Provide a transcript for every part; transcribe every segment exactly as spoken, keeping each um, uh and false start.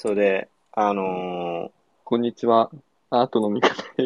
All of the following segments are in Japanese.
それで、あのこんにちは。アートの見方へよ。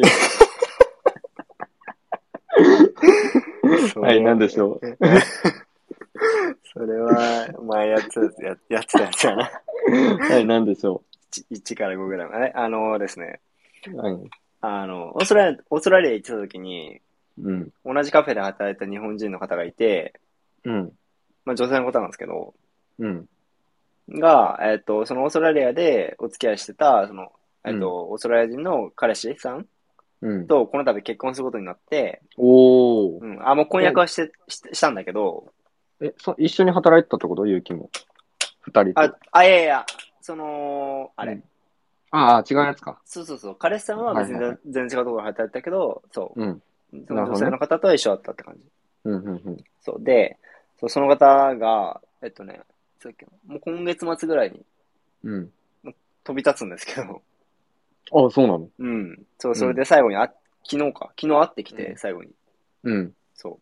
ー、そはい、 れは、 なんでしょそれは、前やってたや、やってたやつやな。 う。はい、なんでしょいちからごぐらいまで。あのーですね、 う。はい。 あの、オーストラリア、オーストラリア行ってた時に、 うん。 同じカフェで働いた日本人の方がいて、 うん。 まあ女性の方なんですけど、 うん。 が、えっと、そのオーストラリアでお付き合いしてた、その、えうん。 っと、オーストラリア人の彼氏さんうん。 とこの度結婚することになって、 おー。 うん、あ、もう婚え、 約はして、し、したんだけど、 え、そ、一緒に働いてたってことゆうきも。二人あ、 と。 あ、いやいや、その、あれ。 うん。ああ、違うやつか。 そうそうそう。彼氏さんは別にはいはいはい。 全然違うところで働いてたけど、そうん。 う。その女なるほどね。 性の方とは一緒だったって感じ。 うん、うん、うん。 そう。で、そうその方が、えっとね、さっきもう今月末ぐらいにうん。 飛び立つんですけど、 あ、そうなの。 うん。そう、それうん。 で最後にあ、昨日か。昨日会ってきて、 うん。 最後に。 うん。 そう。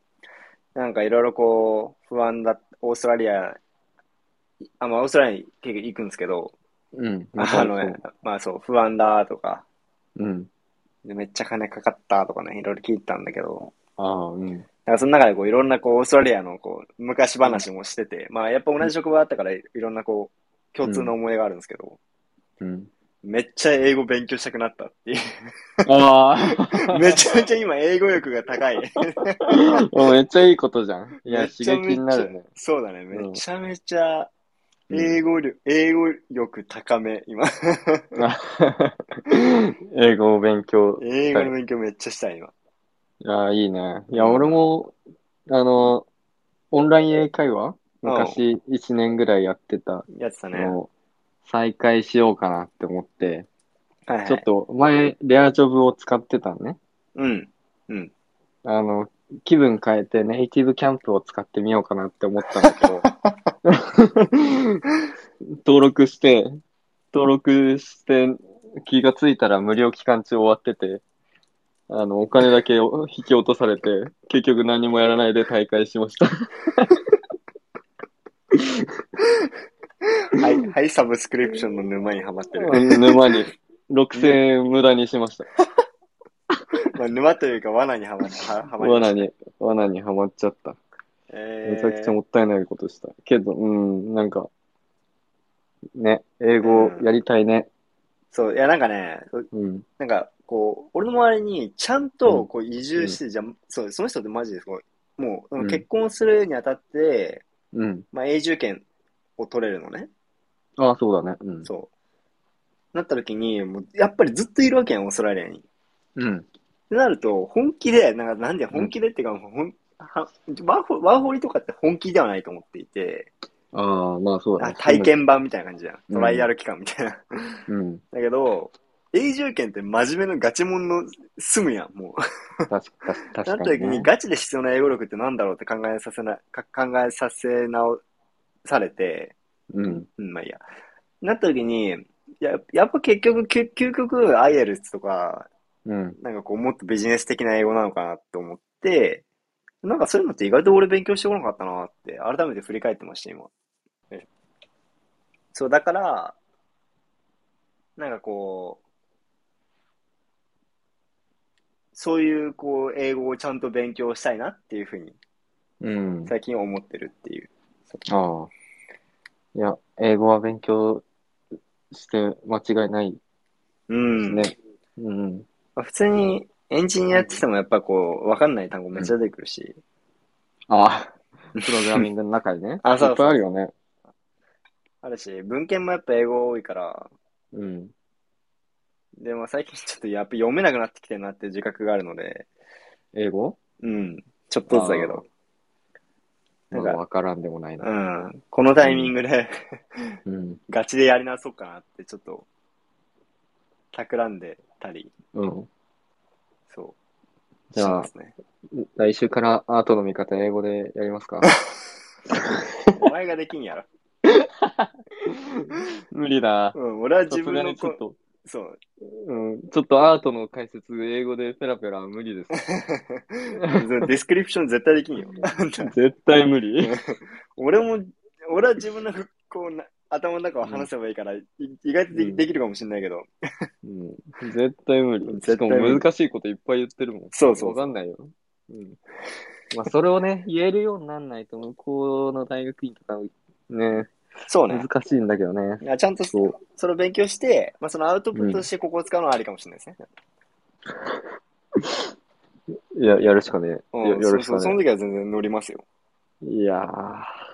なんかいろいろこう、不安だ、オーストラリア、あ、まあオーストラリアに結局行くんですけど、 うん。また、 あのね、 そまあそう、不安だとか、 う。うん。 でめっちゃ金かかったとかね、いろいろ聞いたんだけど、 ああ、うん。 だからその中でこういろんなこうオーストラリアのこう昔うん。 話もしてて、まあやっぱ同じ職場だったからいろんなこう共通のうん。 思い出があるんですけど、 うん。 めっちゃ英語勉強したくなったっていう。めあちゃめちゃ今英語力が高い。 あ。もうめっちゃいいことじゃん。いや、 めちゃ刺激めちゃ、 になるね。 そうだね。めうん。 ちゃめちゃうん。 英語力、英語力高め、今。 あ英語を勉強したい。 英語の勉強めっちゃしたい、今。 いや、いいね。いや、俺うん。 も、あの、オンライン英会話う昔いちねんぐらいやってたん。やってたね。 のを再開しようかなって思って、 はいはい。 ちょっと前、レアジョブを使ってたのね。 うん。うん。 あの、気分変えてネイティブキャンプを使ってみようかなって思ったんだけど、登録して、登録して気がついたら無料期間中終わってて、あの、お金だけを引き落とされて、結局何もやらないで大会しました。 はい、はい、サブスクリプションの沼にはまってる。 沼に6000 ぬ、 円無駄にしました。 まあ、沼というか罠にはま、は、はまりましたね。 罠に、罠にはまっちゃった。めちゃくちゃえもったいないことした。けど、うん、なんか、ね、英ー、 語やうん。 りたいね。 そう、いや、なんかね、 うん、 なんか、こう、俺の周りに、ちゃんと、 うん、 こう、移うん、 住して、じゃあ、そう、その人ってマジですごい、もう、 うん、 結婚するにあたって、 うん。 まあ、永住権を取れるのね。 ああ、そうだね。うん、 そう。なった時に、もう、やっぱりずっといるわけやん、オーストラリアに。っうん、 てなると、本気で、なんか、なんでうん。 本気でっていうか、ほん、はワーホワーホリとかって本気ではないと思っていて、 ああ、まあそうだあ、 ね。住む。 体験版みたいな感じじゃん。トライアうん、 ル期間みたいな。 うん。 だけど、永住権って真面目なガチモンの住むやん、もう。 たし、たし、確なった時にかにね。 ガチで必要な英語力ってなんだろうって考えさせな、か考えさせ直されて、うん、 うん、 うん、まあいいや。なった時に、や、やっぱ結局、究究極、アイエルツとか、 うん。 なんかこう、もっとビジネス的な英語なのかなって思って、なんかそういうのって意外と俺勉強してこなかったなって、改めて振り返ってました、今。そう、だから、なんかこう、そういう、こう、英語をちゃんと勉強したいなっていうふうに、 うん。 最近思ってるっていう。そああ。いや、英語は勉強して間違いないう。うん。 しね。うん。 まあ、普通にエンジニアやっててもやっぱこう、わかんない単語めっちゃうん。 出てくるし。 ああ、プログラミングの中にね。 あ、 いっそうそうそう。 ぱいあるよね。 あるし、文献もやっぱ英語多いから、 うん。 でも最近ちょっとやっぱ読めなくなってきてるなっていう自覚があるので、 英語うん。ちょっとずつだけああ、 ど。なまあ、 んか、 わからんでもないな。 うん。このタイミンうん。 グでうん。 ガチでやり直そうかなってちょっと企んでたり、 うん。 そう、 じゃあ、 しますね。 来週からアートの見方英語でやりますか？ お前ができんやろ。 無理だ。 うん、俺は自さすが分のこ、 にちょっと、 そう。 うん、ちょっとアートの解説英語でペラペラは無理です。 ディスクリプション絶対できんよ。あんた。 絶対無理。 うん俺も、俺は自分のこうな、 頭の中を話せばいいから、い意外とでき、 うん。 できるかもしれないけど、 うん。絶対無理。しかも絶対無理。 難しいこといっぱい言ってるもん。 そうそうそう。 わかんないよ。うん。まあ、それをね、言えるようになんないと、向こうの大学院とか、ね、 そうね。 難しいんだけどね。 いやちゃんと、 そそれを勉強して、まあ、そのアウトう。うん。 プットとしてここを使うのはありかもしれないですね。 いや、 いや、 やるしかねえ。や、 うん、そうそう、そやるしかねの時は全然乗りますよ。 え。いやー。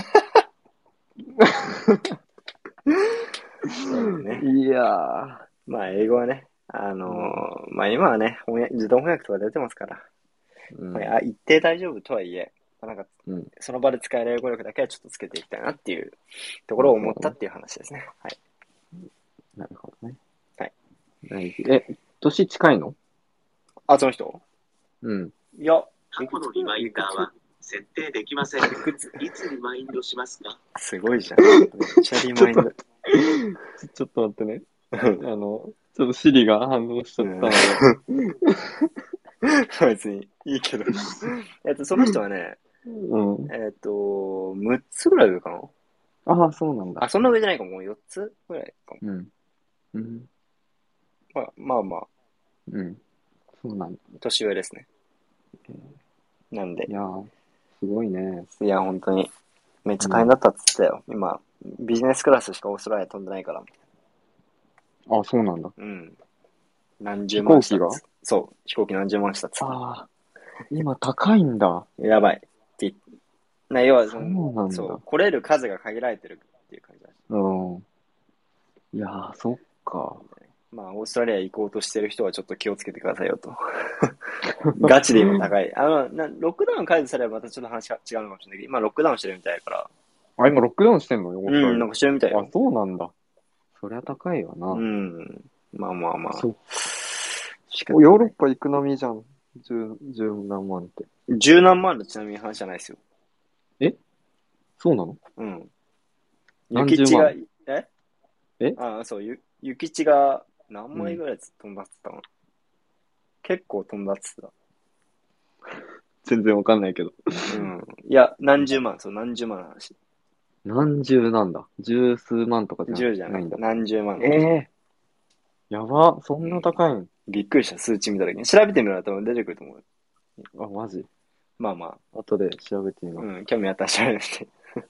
そうね。 いやー。 まあ、英語はね、あのうん。 ーまあ今はね、翻訳自動翻訳とか出てますから、まあ、 うん。 あ一定大丈夫とはいえ、まあ、なんか、 うん。 その場で使える英語力だけはちょっとつけていきたいなっていうところをまあそうだね。 思ったっていう話ですね。はい。 なるほどね。 はい。 大事。え、年近いの？ あ、その人うん。 いや、 過去のいくつリマインダーは設定できません。 いくついつリマインドしますか？ すごいじゃん。めっちゃリちょっと、 マインド。 ちょ、ちょっと待ってね。あの、ちょっとシリが反応しちゃうん。 ったので。 別にいいけど。えっと、その人はね、 うん。 えっと、むっつぐらい上かな。 ああ、そうなんだ。 あ、そんな上じゃないかも。もうよっつぐらいかも。 うん。うん。 まあまあまあ、 うん。そうなんだ。 年上ですね。なんで、 いやー、すごいね。 いや、本当に、めっちゃうん。 大変だったっつったよ。今、ビジネスクラスしかオーストラリア飛んでないから。 あ、そうなんだ。 うん。何十飛万行機が？ したっつ。そう。飛行機何十万したっつった。 ああ、今高いんだ。 やばい。って言っな、要はその、 そうなんだ。 そう、来れる数が限られてるっていう感じだし。 うん。いやー、そっか。 なんでね、まあ、オーストラリア行こうとしてる人はちょっと気をつけてくださいよと。ガチで今高い。あの、なロックダウン解除されればまたちょっと話が違うのかもしれないけど、今ロックダウンしてるみたいだから。 あ、今ロックダウンしてんの？オーストラうん、なんかしてるみたいリア。あ、 よ。 そうなんだ。そりゃ高いわうな。 ん。まあまあまあ。 そう。 仕ヨー方ない。 ロッパ行く波じゃん。十、十何万って。 十何万のちなみに話じゃないですよ。 え、そうなの？ うん。ゆきちが、 何十万？ ええ、 ああ、そう、ゆ、ゆきちが何うん。 枚ぐらい飛んだって言ったの？結構飛んだって言って全然わかんないけど。 た。うん。いや、何十万、そう、何十万の話。 何十なんだ。十数万とかじゃ十じゃない。 ないんだ。 何十万の話。 ええー、やば。そんなうん。 高いん？ びっくりした、数値見たときに。調べてみると多分出てくると思うよ。 あ、マジ。 まあまあ。 後で調べてみます。 うん、興味あったら調べて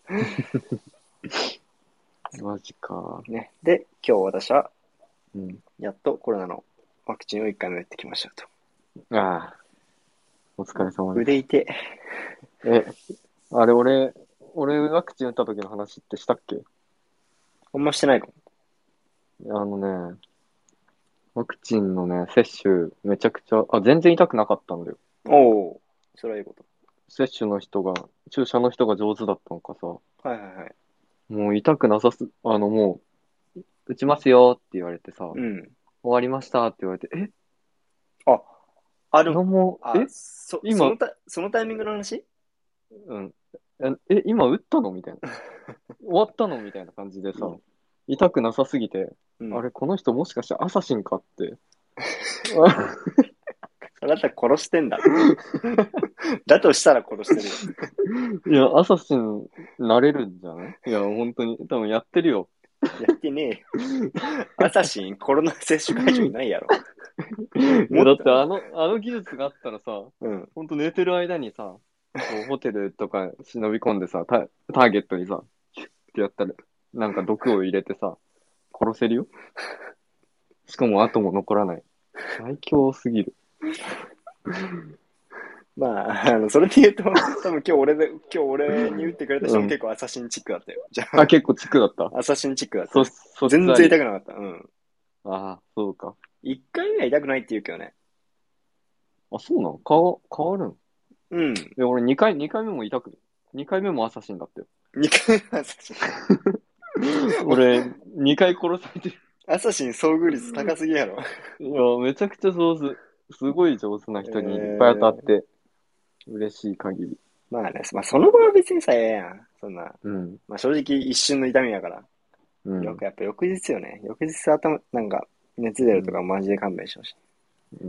マジか。 ね。で、今日私は、 うん。 やっとコロナのワクチンをいっかいめ打ってきましたと。 ああ、お疲れ様です。 腕痛い。 え、あれ、俺、俺、ワクチン打った時の話ってしたっけ？ あんましてないかあのね、ワクチンのね、接種、めちゃくちゃ、あ、全然痛くなかったんだよ。 も。おお、それはいいこと。 接種の人が、注射の人が上手だったのかさ、 はいはいはい。 もう痛くなさす、あのもう、打ちますよって言われてさ、終うん。 わりましたって言われて、え、 あ、ある、 なんも、 あ、 え、 そ、そ今、 のた、そのタイミングの話？ うん、え、え今打ったのみたいな。終わったのみたいな感じでさ、 うん。 痛くなさすぎて、 うん。 あれ、この人もしかしてアサシンかって。 それだったら殺してんだろ。だとしたら殺していや、アサシンなれるんじゃない？いや、本当に、多分やってるよ。 るよ。やってねえよ。アサシンコロナ接種会場にないやろ。 いや、 もっと、 だってあの、あの技術があったらさ、 うん。 ほんと寝てる間にさ、こうホテルとか忍び込んでさ、タ、ターゲットにさ、キュッてやったら、なんか毒を入れてさ、殺せるよ。しかも後も残らない。最強すぎる。 まあ、あの、それで言うと、多分今日俺で、今日俺に打ってくれた人うん。 も結構アサシンチックだったよ。じゃあ、 あ、 結構チックだった。 アサシンチックだった。 そ、そっち全あり。 然痛くなかった。うん。 ああ、そうか。 一回目は痛くないって言うけどね。 あ、そうなの？変わ、変わるん？ うん。 で、俺にかい、にかいめも痛く、にかいめもアサシンだったよ。 二回目はアサシン。 俺、にかい殺されてる。 アサシン遭遇率高すぎやろ。 いや、めちゃくちゃ上手。すごい上手なえ人にいっぱい当たっー、 て、嬉しい限り。 まあね、まあその場は別にさ、ええやん。そんな。 うん、 まあ正直一瞬の痛みやから。 うん、 よくやっぱ翌日よね。翌日頭、なんか、熱出るとかうん、 マジで勘弁してほしい。 うん。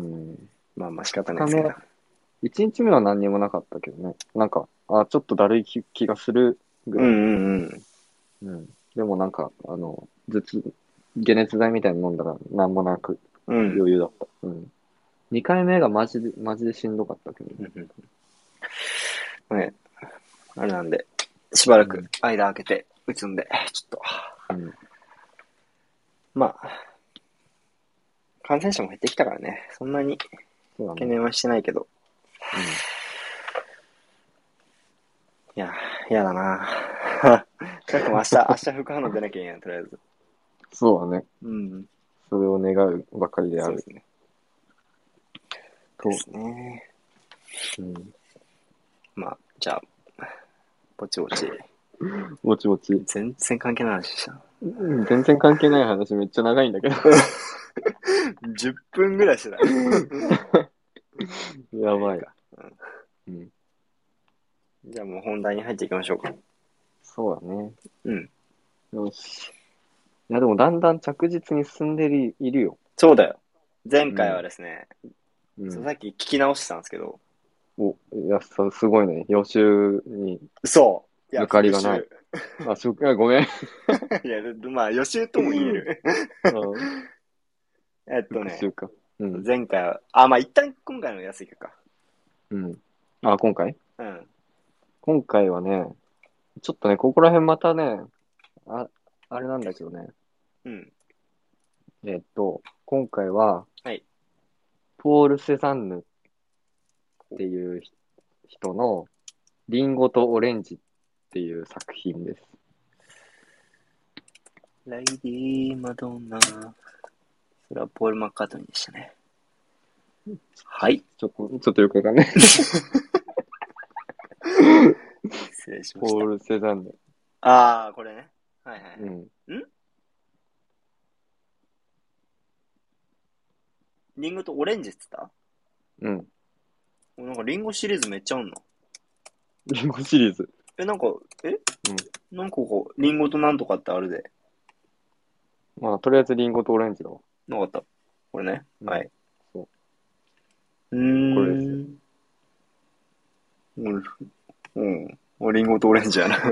まあまあ仕方ない二日目、 ですけど。 いちにちめは何にもなかったけどね。なんか、あ、ちょっとだるい気気がするぐらい。 うんうんうん。 うん。 でもなんか、あの、頭痛、解熱剤みたいなの飲んだらなんもなくうん。 余裕だった。うん。にかいめがマジで、マジでしんどかったけど。 うんうんね、あれなんで、しばらくうん間空けて打つんで、ちょっと。 うん。 まあ、感染者も減ってきたからね、そんなにそうだね。 懸念はしてないけど。 うん。 いや、嫌だなぁ。しかも明日、明日副反応出なきゃいけない、とりあえず。 そうだね。 うん。 それを願うばかりであるそうですね。でと。 すね。 うん。 まあ、じゃあ、ぼちぼち。 ぼちぼち。 全然関係ない話でした。 うん全然関係ない話めっちゃ長いんだけど。 じゅっぷんぐらいしてた。 やばい。 いいか。 うん。 じゃあもう本題に入っていきましょうか。 そうだね。 うん。 よし。いや、でもだんだん着実に進んでるいるよ。 そうだよ。前回はですね、 うん。 そうさっき聞き直してたんですけど、 お、いや、さすごいね。予習にそう。いや、 抜かり復習。 がない。あ、しょ、あごめん。 いや、まあ予習とも言える。 うん。 えっとね、 復習か。うん。 前回は、あ、まあ一旦今回のやついくか。 うん。あ、今回うん。 今回はね、ちょっとね、ここら辺またね、あ、あれなんだけどね。 うん。 えっと、今回は、 はい。 ポール・セザンヌっていうひ人の、リンゴとオレンジっていう作品です。 ライディー・マドンナ。それはポール・マッカートニーでしたね。はい。 ちょっと、ちょっとよくわかんない。 失礼しました。 ポール・セザンヌ。 あー、これね。はいはいはい。 うん。 んリンゴとオレンジって言っうん。 たなんかリンゴシリーズめっちゃあんの。 リンゴシリーズ。 え、なんか、えうん。 なんかこう、リンゴとなんとかってあるで。 まあ、とりあえずリンゴとオレンジだわ。 なかった。これね。 うんはい。 そううーこれですよ。 ん。うん。うん。もうリンゴとオレンジやな。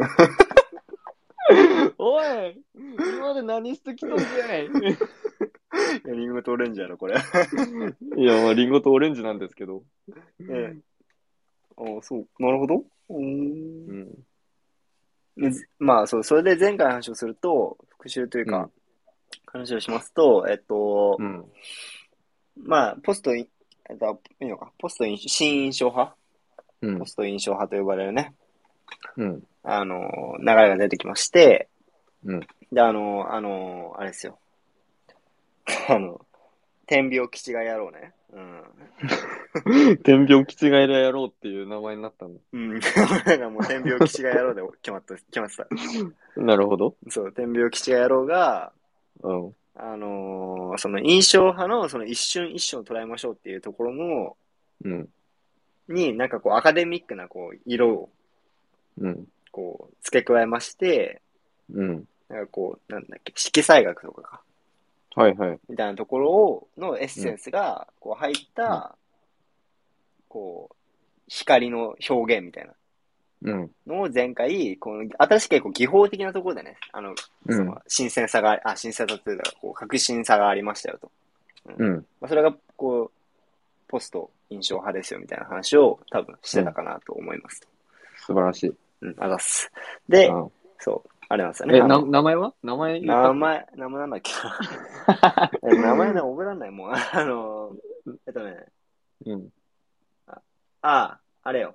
おい今まで何してきとんじゃいいやリンゴとオレンジやろ、これ。 いや、まあ、リンゴとオレンジなんですけど。 え、あそう、なるほど。うーん。 うん。 でまあ、そう、それで前回の話をすると、復習というか、 うん。 話をしますと、えっと、 うん。 まあ、ポストイン、えっと、いいのか、ポスト印象、新印象派うん。 ポスト印象派と呼ばれるね、 うん。 あの、流れが出てきまして、 うん。 で、あの、あの、あれですよ。あの、天病基地がやろうね。うん。 天病気違いでやろうっていう名前になったんだ。 うん。俺らもう天病基地がやろうで決まった、決まってた。 なるほど。 そう、天病基地がやろうが、 うん。 あのーその印象派のその一瞬一瞬を捉えましょうっていうところの、 うん。 になんかこうアカデミックなこう色をうん。 こう付け加えまして、 うん。 なんかこう、なんだっけ、色彩学とかか、 はいはい。 みたいなところを、のエッうん。 センスがこう入っうん。 た、こう、光の表現みたいなうん。 のを前回、この新しくこう技法的なところでね、あの、その新鮮さが、あ、新鮮さというか、こう、革新さがありましたよと。うん。 うん。 まあ、それが、こう、ポスト印象派ですよみたいな話を多分してたかなと思います。 素晴らしい。 うん、あざっす。で、 あそう、あれなんですよね。 え、な、 あの、 名前は名前言ったっけ名前、名前なんだっけな。え名前ね、覚えらんないもん。あの、えっとね、 うん。 あ、あ、あれよ。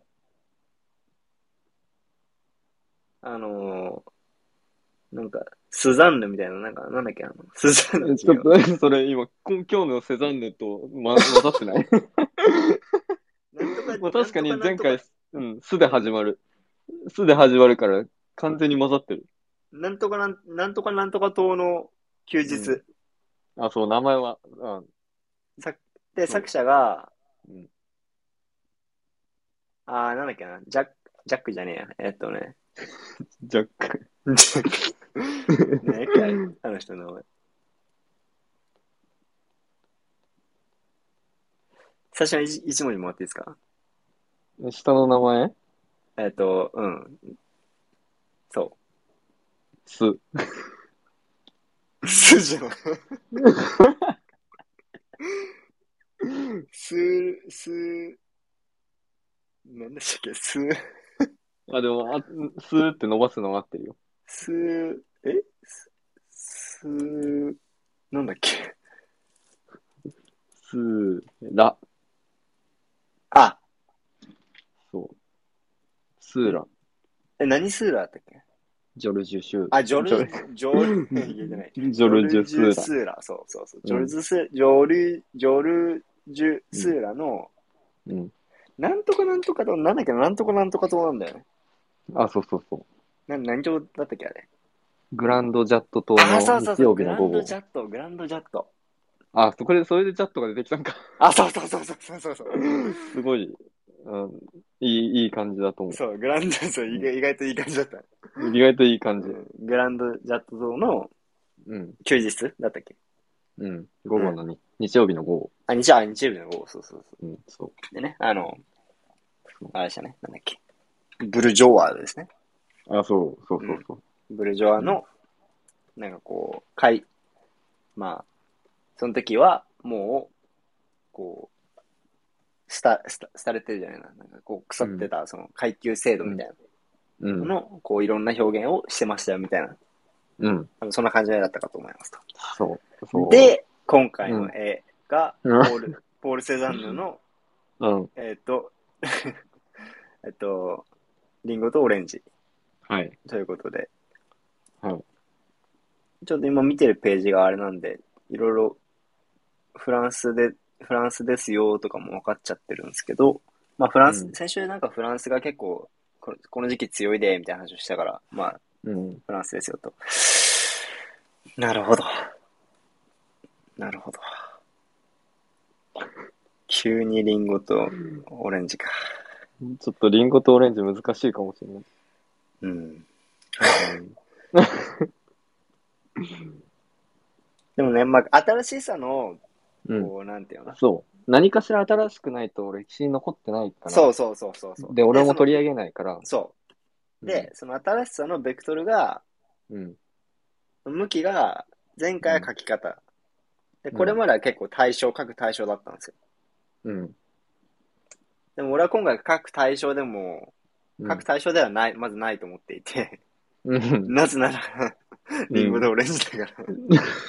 あのなんか、スザンヌみたいな、なんか、なんだっけ、あの、スザンヌえちょっ違う。 と、それ今、こ今日のセザンヌと、ま、混ざってないなんとか、 まあ確かなんとかに前回、 なんとか、 うん、すで始まる。すで始まるから、完全に混ざってる。 なんとかなん、なんとかなんとか島の休うん。 日。 あ、そう、名前は、うん、 さで、 そ作者が、 う。うん。 あー、なんだっけな、ジャック、ジャックじゃねえや。えっとね、 ジャック。 ねえっけ、あれ、あの人の名前。最初の一一文字もらっていいですか？ 下の名前えっと、うん、そす。 すじゃん。す、す、なんでしたっけ、す、 あ、でも、あ、すーって伸ばすのが合ってるよ。 す、えす、す、なんだっけ。 すーら。 あ、 そう。スーラ。 え、何スーラーだったっけ。 ジョルジュシュー。 あ、ジョル、 ジョル、 ジョル、言えてない。 ジョルジュスジューラ。 スーラ。そうそうそう。ジョルうん。 ズス、ジョル、ジョルジュうん。 スーラの、 うん。 なんとかなんとかと、なんだっけ、なんとかなんとかとなんだよね。 あ、そうそうそう。 な、何町だったっけ、あれ。 グランドジャット島あ、 のそうそうそう、 日曜日グランドジの午後。 ャット、グランドジャット。 あ、そこで、それでジャットが出てきたんか。 あ、そうそうそうそうそうそうそう。 すごい、うん、いい、いい感じだと思そう、グランド、そう、 う。 意外意外といい感じだった。 うん、意外といい感じ。 うん、グランドジャット島のうん。 休日だったっけ。 うん。午後のに、日曜日の午後。 あ、日曜、あ、日曜日の午後、そうそうそうん、そう。でね、あの、 そう。 あれでしたね、なんだっけ。ブルジョワーですね。 あ、そう、そううん。 そうそう。 ブルジョワーの、なんかこう、会、まあ、その時は、もう、こう、した、した、廃れてるじゃないな。なんかこう、腐うん。 ってた、その階級制度うん。 みたいなうん。 のの、こう、いろんな表現をしてましたよ、みたいな。 うん。 あのそんな感じだったかと思いますと。 そう。そで、今回う。うん。 の絵が、 うん。 ポール、ポール・セザンヌの、 うん。 えっと、えっと、リンゴとオレンジはい。 ということで、 はい。 ちょっと今見てるページがあれなんで、いろいろフランスで、フランスですよとかも分かっちゃってるんですけど、まあフランス、 うん。 先週なんかフランスが結構、このこの時期強いで、みたいな話をしたから、まあ、 うん。 フランスですよと。なるほど。なるほど。急にリンゴとオレンジか。 ちょっとリンゴとオレンジ難しいかもしれない。 うん。 うん。 でもね、まあ、新しさの、 うん。 こう、なんていうのな。 そう。何かしら新しくないと歴史に残ってないから。 そうそうそうそうそで、 う。で、その、 俺も取り上げないから。 そう。 うん。 で、その新しさのベクトルが、 うん。 向きが、前回はうん。 書き方。で、 うん。 これまでは結構対象、書く対象だったんですよ。 うん。 でも俺は今回書く対象でも、 うん。 書く対象ではない、まずないと思っていて、 うん。 なぜならリンゴとオレンジだから。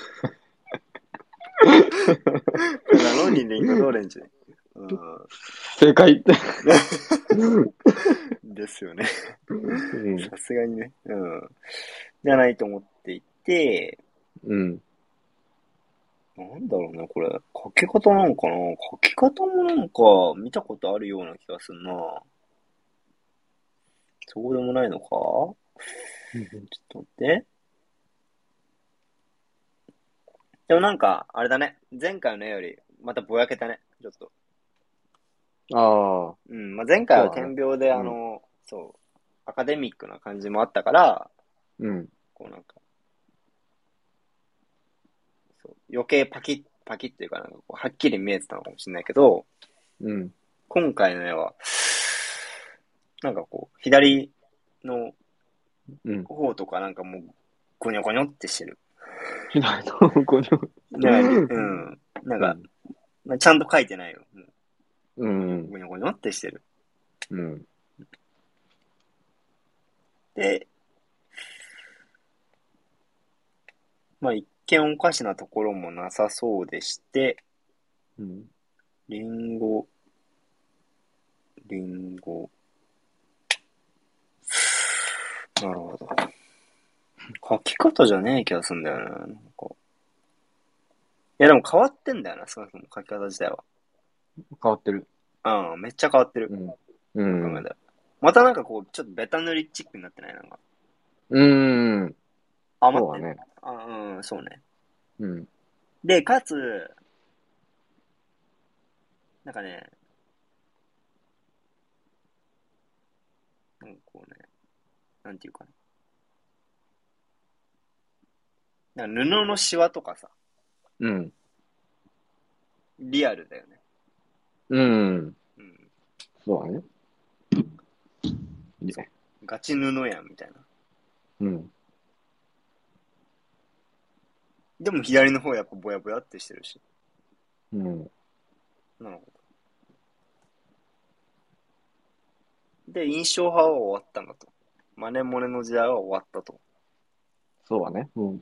なのにリンゴとオレンジ。うん、 正解って。 ですよね。 うん。 さすがにね。うん。じゃないと思っていて、 うん。 なんだろうね、これ。書き方なのかな。書き方もなんか見たことあるような気がするな。そうでもないのか。ちょっと待って。でもなんか、あれだね。前回の絵より、またぼやけたね。ちょっと。 ああ、 うん。まあ、前回はそうだね。 点描で、あうん。 の、そう、アカデミックな感じもあったから、 うん。 こうなんか、そう、余計パキッ、パキッっていうかなんかこう、はっきり見えてたのかもしれないけど、 うん。 今回の絵は、なんかこう、左のうん。 方とかなんかもう、ゴニョゴニョってしてる。 左のこの、 なんか、うん。なんか、 うん。 まあちゃんと書いてないよ。もううゴニョん。 ゴニョゴニョってしてる。 うん。 で、まあ一見おかしなところもなさそうでして、 うん。 リンゴ、リンゴ。なるほど。書き方じゃねえ気がすんだよな。なんかいやでも変わってんだよな、少なくとも書き方自体は。 変わってる。 うん、めっちゃ変わってる。 うん。う今考えん。 たら。またなんかこう、ちょっとベタ塗りチックになってないなんか。 うん。 あ、待って。 そうだね。 あ、うん、そうね。 うん。 で、かつ、なんかね、なんかこうね、なんていうかな。なんか布のシワとかさ、 うん。 リアルだよね。 うん。 うん。 そうだね。 そう。ガチ布やん、みたいな。 うん。 でも左の方やっぱぼやぼやってしてるし。 うん。 なるほど。で、印象派は終わったんだと。マネモネの時代は終わったと。 そうだね。うん。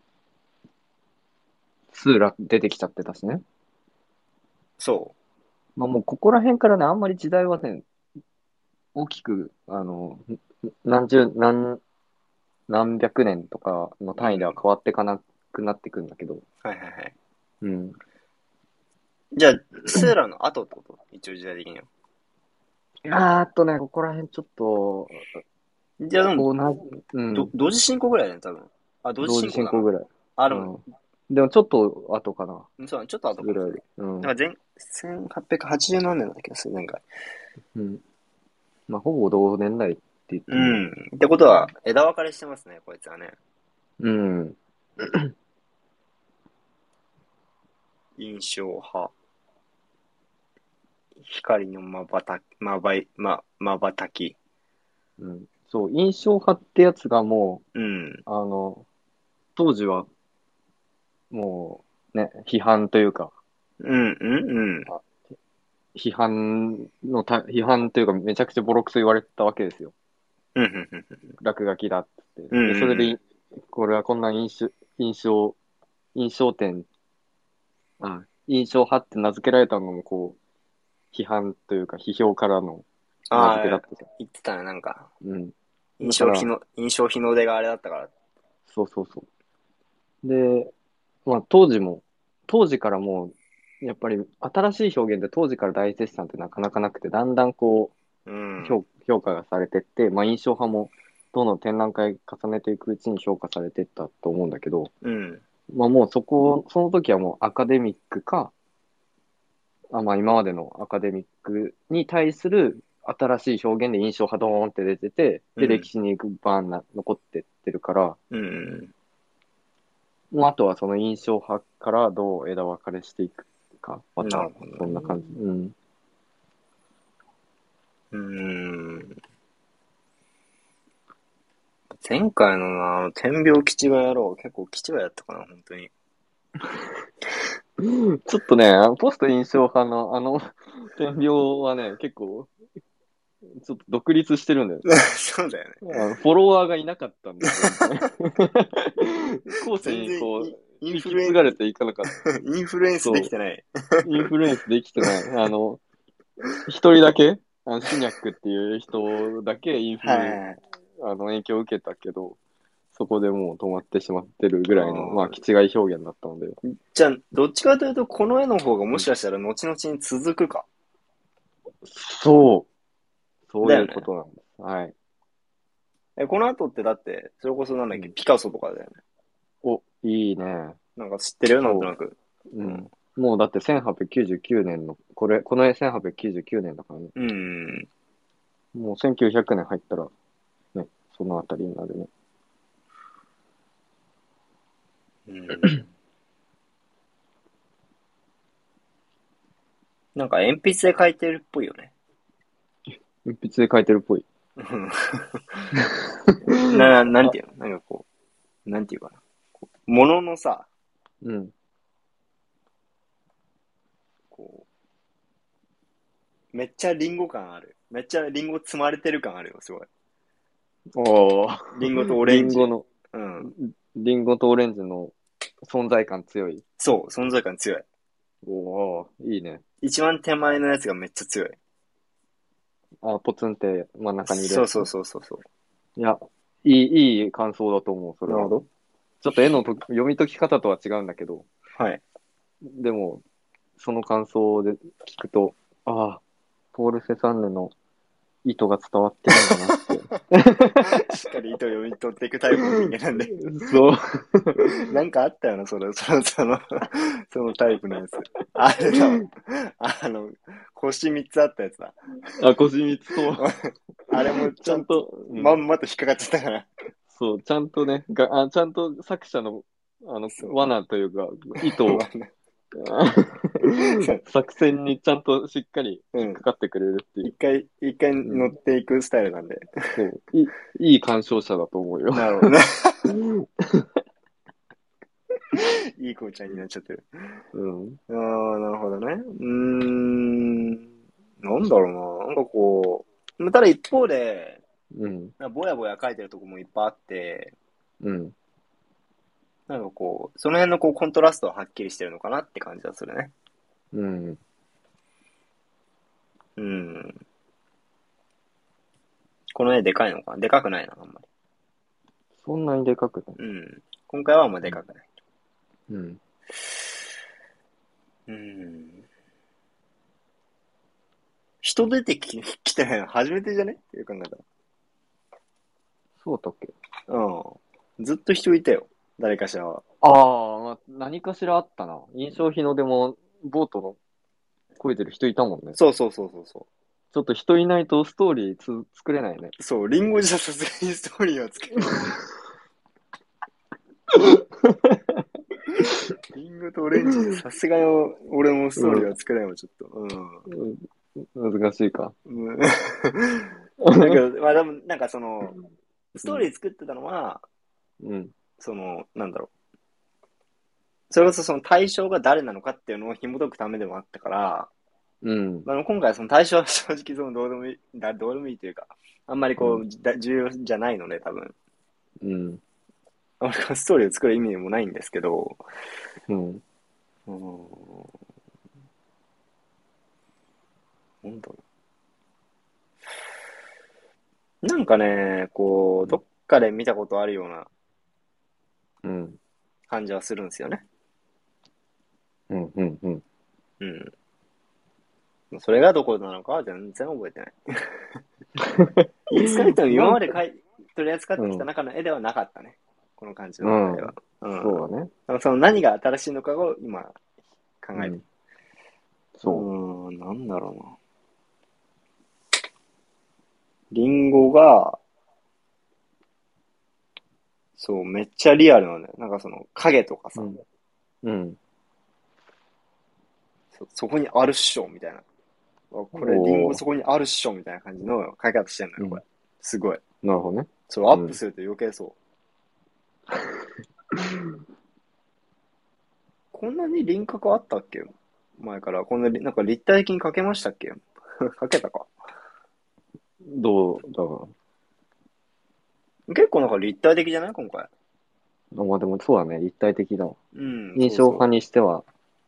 スーラ出てきちゃってたしね。 そまあもうここら辺からね、あんまり時代はね、大きく、あの、何十、何、何百年とかの単位では変わっていかなくなってくんだけど。 う。はいはいはい。 うん。 じゃあ、スーラの後ってこと一応時代的には。 あーっとね、ここら辺ちょっと、 じゃあでも、 同じ、うどん。 同時進行ぐらいだね、多分。あ、同時同時進行だな。 進行ぐらい。 あ、でも、 うん。でもちょっと後かな。 そうだね、ちょっと後かもしれない。 ぐらいで。うん。 なんか前、せんはっぴゃくはちじゅう何年だった気がする、前回。 うん。まあ、ほぼ同年代って言ってうも。 ん。ってことは、枝分かれしてますね、こいつはね。 うん。 印象派。光のまばた、まばい、ま、まばたき。 うん。そう、印象派ってやつがもうん。 う、あの、当時は、もう、ね、批判というか、 うん、うん、うん。 批判のた、批判というか、めちゃくちゃボロクソ言われてたわけですよ。 うん、うん、うん。 落書きだっつって。で、 うん、 それでい、 うん。 これはこんな印象、印象、印象点、あ、印象派って名付けられたのも、こう、批判というか、批評からの名付けだああ、 ったじ言ってたね、なんか。 ゃん。うん。だから、 印象日の、印象日の出があれだったから。 そうそうそう。で、まあ当時も、当時からもう、やっぱり新しい表現で当時から大絶賛ってなかなかなくて、だんだんこうう、 ん。 評、評価がされてって、まあ印象派もどんどん展覧会重ねていくうちに評価されていったと思うんだけど、 うん。 まあもうそこ、その時はもうアカデミックか、あまあ今までのアカデミックに対する新しい表現で印象派ドーンって出てて、で、 うん歴史に行くバーンな残ってってるから、 うん。 もうあとはその印象派からどう枝分かれしていくか、またなるほどね。 そんな感じ。うん。 うーん。前回のな、あの、天描基地がやろう。結構基地がやったかな、本当に。 ちょっとね、あのポスト印象派のあの点描はね、結構、ちょっと独立してるんだよね。 そうだよね。 あのフォロワーがいなかったんだよ、全然。後世全然にこイう、引インフルエン、 き継がれていかなかった。 インフルエンスできそてない。 う、インフルエンスできてない。あの、一人だけ、あのシニャックっていう人だけインフル、 はい。 あの、影響を受けたけど、そこでもう止まってしまってるぐらいの、まあ、 あ気違い表現だったので。 ーじゃあ、どっちかというと、この絵の方がもしかしたら後々に続くか。 そう、そういうだよね。 ことなんです。はい。 え、この後ってだって、それこそなんだっけ、 うん、 ピカソとかだよね。 お、いいね。 なんか知ってるよ、なんとそなく。 う。うん。もうだってせんはっぴゃくきゅうじゅうきゅうねんの、これ、この絵せんはっぴゃくきゅうじゅうきゅうねんだからね。 うん。 もうせんきゅうひゃくねん入ったら、ね、そのあたりになるね。 うん。なんか鉛筆で描いてるっぽいよね。 鉛筆で描いてるっぽい。 うんな、なんあ、 ていうのなんかこう、なんていうかな。こう物のさ、 うん。 こう、めっちゃリンゴ感ある。めっちゃリンゴ積まれてる感あるよ、すごい。 おー。 リンゴとオレンジ。 リンゴの、 うん。 リンゴとオレンジの存在感強い。 そう、存在感強い。 おー、いいね。 一番手前のやつがめっちゃ強い。 あ、ポツンって真ん中にいるやつ。 そうそうそうそうそう。 いや、いい、いい感想だと思う、それは。 なるほど。 ちょっと絵のと読み解き方とは違うんだけど、 はい。 でも、その感想で聞くと、ああ、ポール・セサンヌの意図が伝わってるんだなって。 しっかり糸を読み取っていくタイプの人間なんで。 そう。 なんかあったよな、それ、その、その、そのタイプのやつ。あれだわ。あの、腰三つあったやつだ。 あ、腰三つと、 あれもちゃんと、 ちゃんと、うんまんまと引っかかっちゃったから。 そう、ちゃんとね、があちゃんと作者の、あの、 そう。 罠というか、意図を、 そう。 作戦にちゃんとしっかりうん。 引っかかってくれるっていう。 一回、一回うん、 乗っていくスタイルなんで。 そう、いい、いい鑑賞者だと思うよ。 なるほどね。 いい子ちゃんになっちゃってる。 うん。 ああ、なるほどね。うーん。なんだろうな。なんかこう、まあただ一方で、 うん。 なんかぼやぼや書いてるとこもいっぱいあって、 うん。 なんかこう、その辺のこうコントラストははっきりしてるのかなって感じはするね。 うん。 うん。この絵でかいのかな、でかくないな、あんまそんなにでかくない。 り。うん。今回はあんまでかくない。 うん。 うん。人出てき、来てないの初めてじゃねっていう考えたそうだっけ？ ら。うん。ずっと人いたよ。誰かしらは。 ああ、まあ、何かしらあったな。印象日のでも、ボートの漕いでる人いたもんね。 そうそうそうそうそちょっと人いないとストーリーつ作れないね。 う。そう、リンゴじゃさすがにストーリーは作れない。リンゴとオレンジでさすがに俺もストーリーは作れないもん、ちょっと。 うん、難しいか。 うん。だけど、まあでも、なんかその、ストーリー作ってたのは、 うん。 その、なんだろう。それこそその対象が誰なのかっていうのを紐解くためでもあったから、 うん。 あの、今回はその対象は正直そのどうでもいい、だどうでもいいというか、あんまりうん。 こう、だ重要じゃないので、多分。 うん。 あんまりストーリーを作る意味もないんですけど、 うん。 うーん、なんだろう。なんかね、こう、どっかで見たことあるようなうん。 感じはするんですよね。 うん。うん。うん。 うん。それがどこなのかは全然覚えてない。少なくとも今なんか、 までかい取り扱ってきたうん。 中の絵ではなかったね。この感じうの絵は。 ん。 うん。 そうだね。 だからその何が新しいのかを今考えてる。 うん。 うそーん、なんだろうな。リンゴが、そう、めっちゃリアルなんだよ。なんかその影とかう。うさ、 ん。うん。 そ、そこにあるっしょ、みたいな。これリンゴおー。 そこにあるっしょ、みたいな感じの描き方してんのよ、これ。 うん。 すごい。 なるほどね。 そう、アッうん。 プすると余計そう。こんなに輪郭あったっけ前から。こんな、なんか立体的に描けましたっけ描けたか。 どうだか結構なんか立体的じゃない今回。 ら。まあでもそうだね。立体的だわ。 うん、 印象派そうそにしては。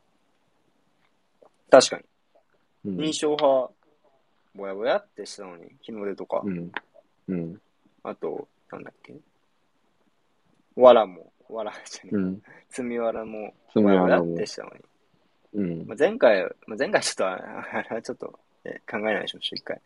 う。確かに。 うん。 印象派、ぼやぼやってしたのに、日の出とか。 うん。うん。 あと、なんだっけわらも、わらじゃねえ。 うん。 積みわらも、 罪ぼやぼやっはあのもてしたのに。 う。うん。 まあ、前回、まあ、前回ちょっと、ああれはちょっと、え考えないでしょ、一回。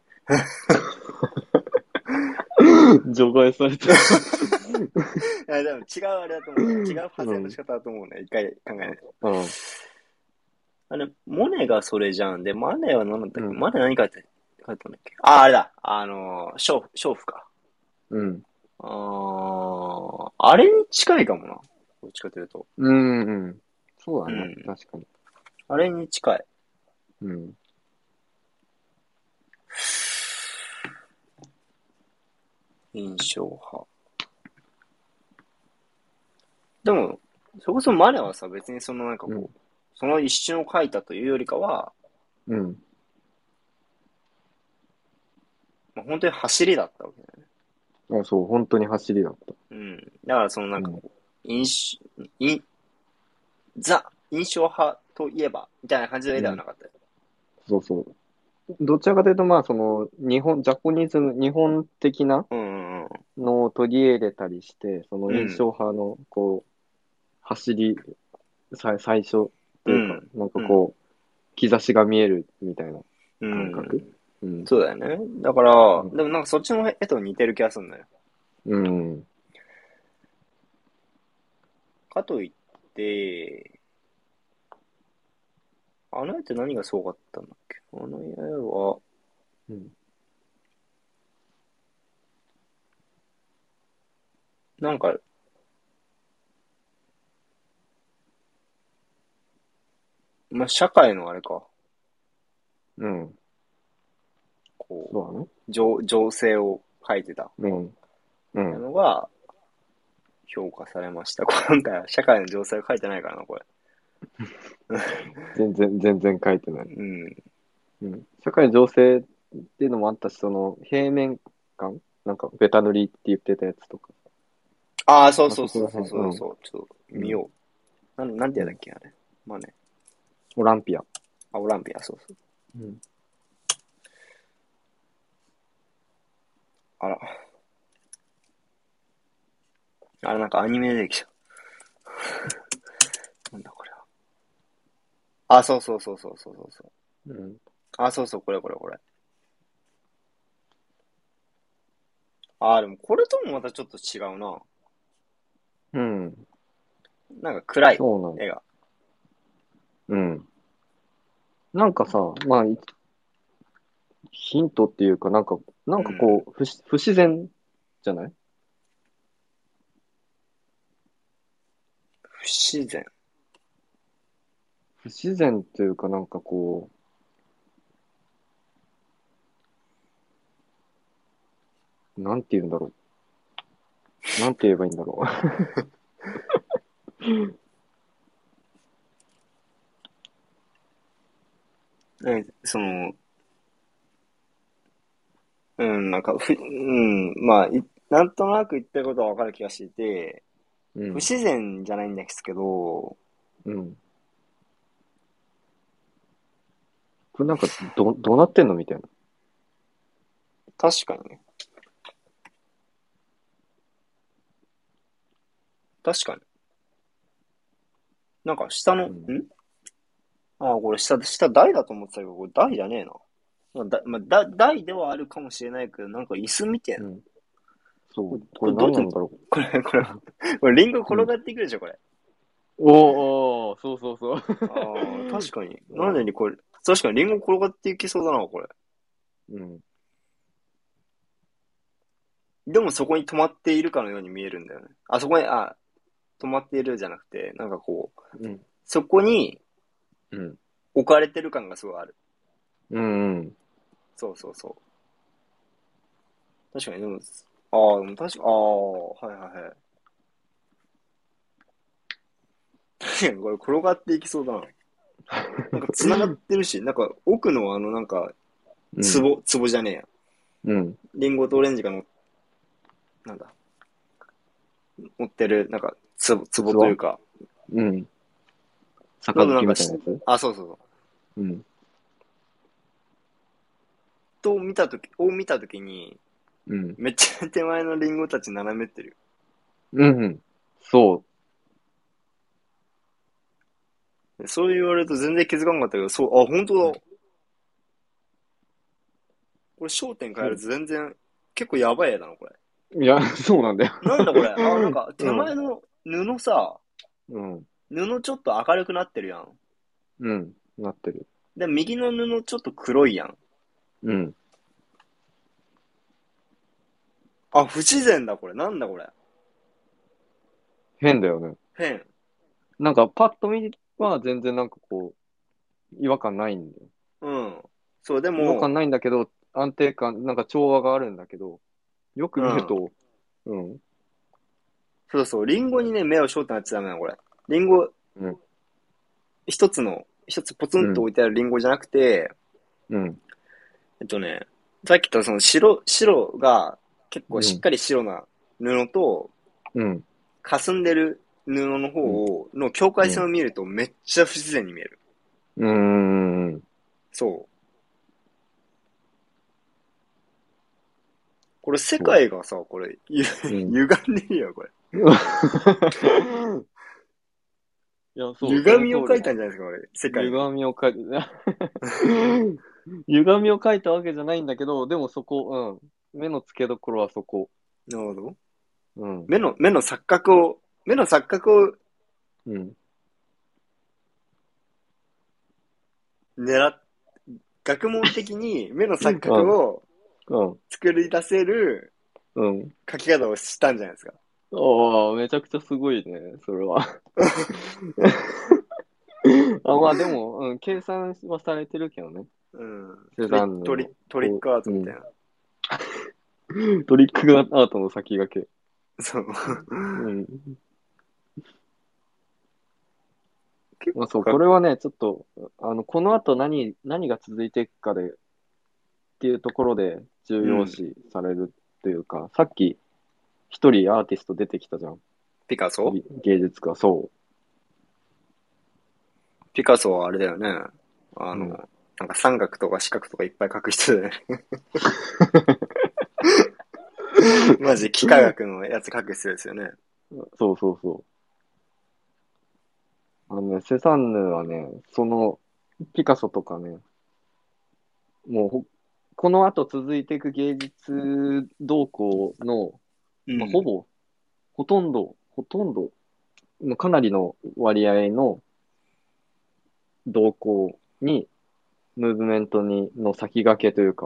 除外された。 いや、でも違うあれだと思う。違う発うん。 言の仕方だと思うね。一回考えないと。 うん。 あれ、モネがそれじゃん。で、マネは何だったっけ、 うん。 マネ何書いて、書いてたんだっけ、ああ、あれだ。あのー、娼婦、娼婦か。 うん。 あー、あれに近いかもな。どっちかというと。 うん。うん。そうだね。 うん。 確かに。 あれに近い。 うん。 印象派。でも、それこそマネはさ、別にそのなんかうん。 こう、その一瞬を書いたというよりかは、 うん。 まあ、本当に走りだったわけだよね。 あ、そう、本当に走りだった。 うん。だからそのなんうん。 かこう、印象、い、ザ、印象派といえば、みたいな感じの絵うん。 ではなかったよ。 そうそう。どちらかというと、まあ、その、日本、ジャポニズム、日本的なうんうんのを取り入れたりして、そのうん。 印象派の、こう、走り、さ、最初とうん。 いうか、なんかうん。 こう、兆しが見えるみたいなうん。 感覚。うん。 そうだよね。だから、 うん。 でもなんかそっちの絵と似てる気がするんだよ。 うん。 かといって、あの絵って何がすごかったんだっけ、あの絵は、 うん。 なんか、まあ、社会のあれか、 うん。 こそうだね。 う、情、情勢を描いてたうん。うん。 のが評価されました。今回は社会の情勢が書いてないからな、これ。 全然、全然書いてない。 うん。 うん。社会情勢っていうのもあったし、その、平面感なんか、ベタ塗りって言ってたやつとか。 ああ、そうまあ、 そうそうそうそこら辺、うん。 そうそう。ちょっと見よう。なん、なんてやだっけ、あれ。まあね。 オランピア。 あ、オランピア、そうそう。 うん。 あら。あれ、なんかアニメでできちゃう。なんだこれは。あ、そうそうそうそうそうそう。 うん。 あ、そうそう、これこれこれ。あ、でもこれともまたちょっと違うな。 うん。 なんか暗い、 そうなんだ。 絵が。 うん。なんかさ、まあ、いヒントっていうか、なんか、なんかうん。 こう、不自、不自然じゃない？ 不自然。 不自然っていうか、なんかこう、なんて言うんだろう。なんて言えばいいんだろえ、その、うん、なんか、ふ、うん、まあ、いなんとなく言ってることはわかる気がしていて、 う。うん。 不自然じゃないんですけど、 うん。これなんか、ど、どうなってんのみたいな。 確かにね。確かに。なんか下の、んうん。 ああ、これ下、下台だと思ってたけど、これ台じゃねえな。まあ、だ、まあ、だ、台ではあるかもしれないけど、なんか椅子みてえな。 うん。そこれ、 う。これこれどうやって、 何なんだろこれ、これ、これリンゴう。うん。 転がっていくでしょ、これ。 おー、おー、そうそうそう。 ああ、確かに。なんであにこれ、確かにリンゴ転がっていきそうだな、これ。 うん。 でもそこに止まっているかのように見えるんだよね。あそこに、あ、止まっているじゃなくて、なんかこう、 うん。 そこにうん。 置かれてる感がすごいある。 うん。うん。 そうそうそう。確かに、でも、ああ、でも確か、ああ、はいはいはい。確かにこれ転がっていきそうだな。なんか繋がってるし、なんか奥のあのなんか、 うん。 壺、壺じゃねえや。 うん。 リンゴとオレンジがの、なんだ、乗ってる、なんか、壺、壺という器か、 うん。杯のなんかし、 みたいなやつあ、そうそうそう。 うん。 と見たとき、を見たときに、 うん。 めっちゃ手前のリンゴたち斜めってる。 うん。そそう言われると全然気づかなかったけど、そう、あ、本当う。 だ。これ焦点変えるそと全然、結構やばい絵だな、これ。 う。いや、そうなんだよ。 なんだこれ。あ、なんか手うん。 前の布さ、 うん。 布ちょっと明るくなってるやん。 うん。なってる。 で、右の布ちょっと黒いやん。 うん。 あ、不自然だ、これ。なんだこれ。 変だよね。 変。 なんか、パッと見は全然なんかこう、違和感ないんだよ。 うん。そう、でも、 違和感ないんだけど、安定感、なんか調和があるんだけど、よくうん。 見ると、うん。 そうそう、リンゴにね、目を焦点当てちゃダメなの、これ。リンゴ、 うん。 一つの、一つポツうん。 ンと置いてあるリンゴじゃなくて、 うん。 えっとね、さっき言ったその白、白が結構うん。 しっかり白な布と、 うん。 霞んでる布の方うん。 を、の境界うん。 線を見るとめっちゃ不自然に見える。 うん。うん。 そう。これ世そ界がさ、これ、ゆ、 う。うん。 歪んでるよ、これ。 いや、そう、そ歪みをの通り。 描いたんじゃないですか、これ。世界に。 歪みを描いて、歪みを描いたわけじゃないんだけど、でもそこ、うん。目の付けどころはそこ。 なるほど。 うん。 目の、目の錯覚を、目の錯覚をうん。 狙っ、学問的に目の錯うん。 覚をうん。 作り出せるうん。 書き方をしたんじゃないですか。 ああ、めちゃくちゃすごいね、それは。あ、まあでも、うん、計算はされてるけどね。 うん。 セトリ、トリ、 ザンヌの。 トリックアートうん。 みたいな。 トリックアートの先駆け。 そう。 うん。 結まあそう、 構これはね、ちょっと、あの、この後何、何が続いていくかで、っていうところで重要視されるというか、さっき一人アーティスト出てきたじゃん。 ピカソぎ芸術家、そピカソはあれだよね。あう。 の、 うん。 なんか三角とか四角とかいっぱい描く人だよね。マジ、幾何学のやつ描く人ですよね。 そうそうそう。あのね、セザンヌはね、その、ピカソとかね、もうほ、この後続いていく芸術動向の、まあ、ほうん。 ぼ、ほとんど、ほとんど、もうかなりの割合の動向に、ムーブメントに、の先駆けというか、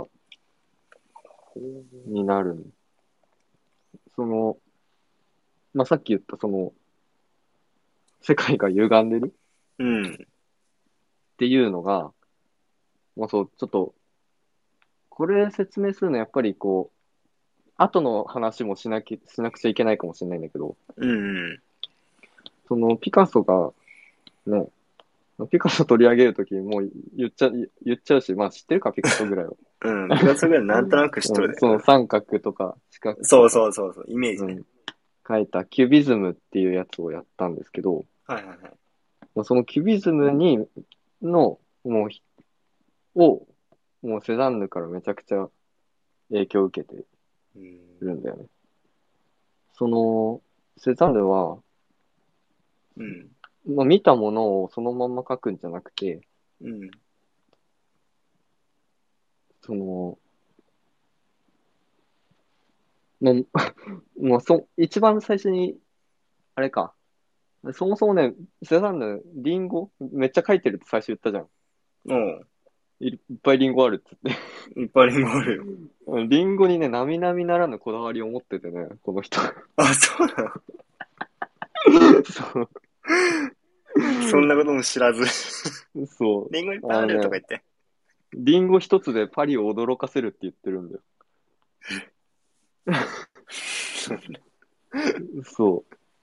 になる。その、まあ、さっき言ったその、世界が歪んでるうん。 っていうのが、まあそう、ちょっと、これ説明するのやっぱりこう、後の話もしなきゃ、しなくちゃいけないかもしれないんだけど、 うん。 そのピカソがね、ピカソ取り上げるときもう言っちゃ、言っちゃうし、まあ知ってるか、ピカソぐらいは。 うん。ピカソぐらいなんとなく知っとうん、そのるだけどね。 三角とか四角そうとか、 そうそうそう。イメージね。 うん、書いたキュビズムっていうやつをやったんですけど、 はいはいはい。 まあそのキュビズムに、の、もうひ、を、もうセザンヌからめちゃくちゃ影響を受けてうん。 るんだよね。その、セザンヌは、 うん。 まあ、見たものをそのまま書くんじゃなくて、 うん。 その、もう、もうそ、一番最初に、あれか、そもそもね、セザンヌ、リンゴめっちゃ書いてるって最初言ったじゃん。 おう。 い、いっぱいリンゴあるっつって。 いっぱいリンゴあるよ。 リンゴにね、並々ならぬこだわりを持っててね、この人。 あ、そうなの？ そう、 そんなことも知らず。 そリンゴいっう。 ぱいああのね、 るとか言って。 リンゴ一つでパリを驚かせるって言ってるんだよ。そう。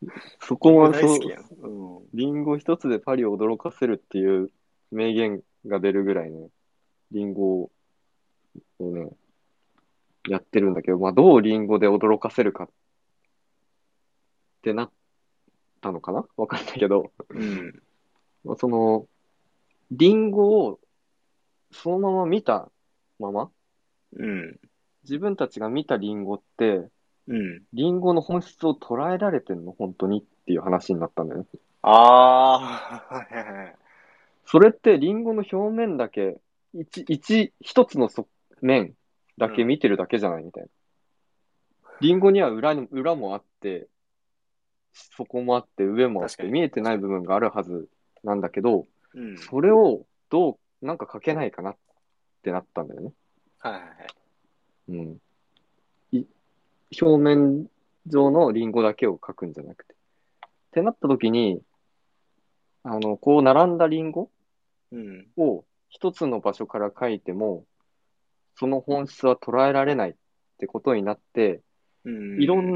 そこリンゴはそう、 大好きやん。うん。 リンゴ一つでパリを驚かせるっていう名言が出るぐらいね、リンゴをね、やってるんだけど、まあ、どうリンゴで驚かせるかってなったのかなわかんないけど、 うん。 まあその、リンゴをそのまま見たまま、 うん。 自分たちが見たリンゴって、 うん。 リンゴの本質を捉えられてんの本当にっていう話になったんだよね。 ああ、はいはいはい。 それってリンゴの表面だけ、一、一、一つの側面だけうん。 見てるだけじゃないみたいな。リンゴには裏に、裏もあって、底もあって、上もあって、 確かに。 見えてない確かに。 部分があるはずなんだけど、 うん。 それをどう、なんか書けないかなってなったんだよね。 はいはいはい。 うん。い表面上のリンゴだけを書くんじゃなくて。ってなった時に、あの、こう並んだリンゴうん。 を一つの場所から書いても、その本質は捉えられないってことになって、 うん。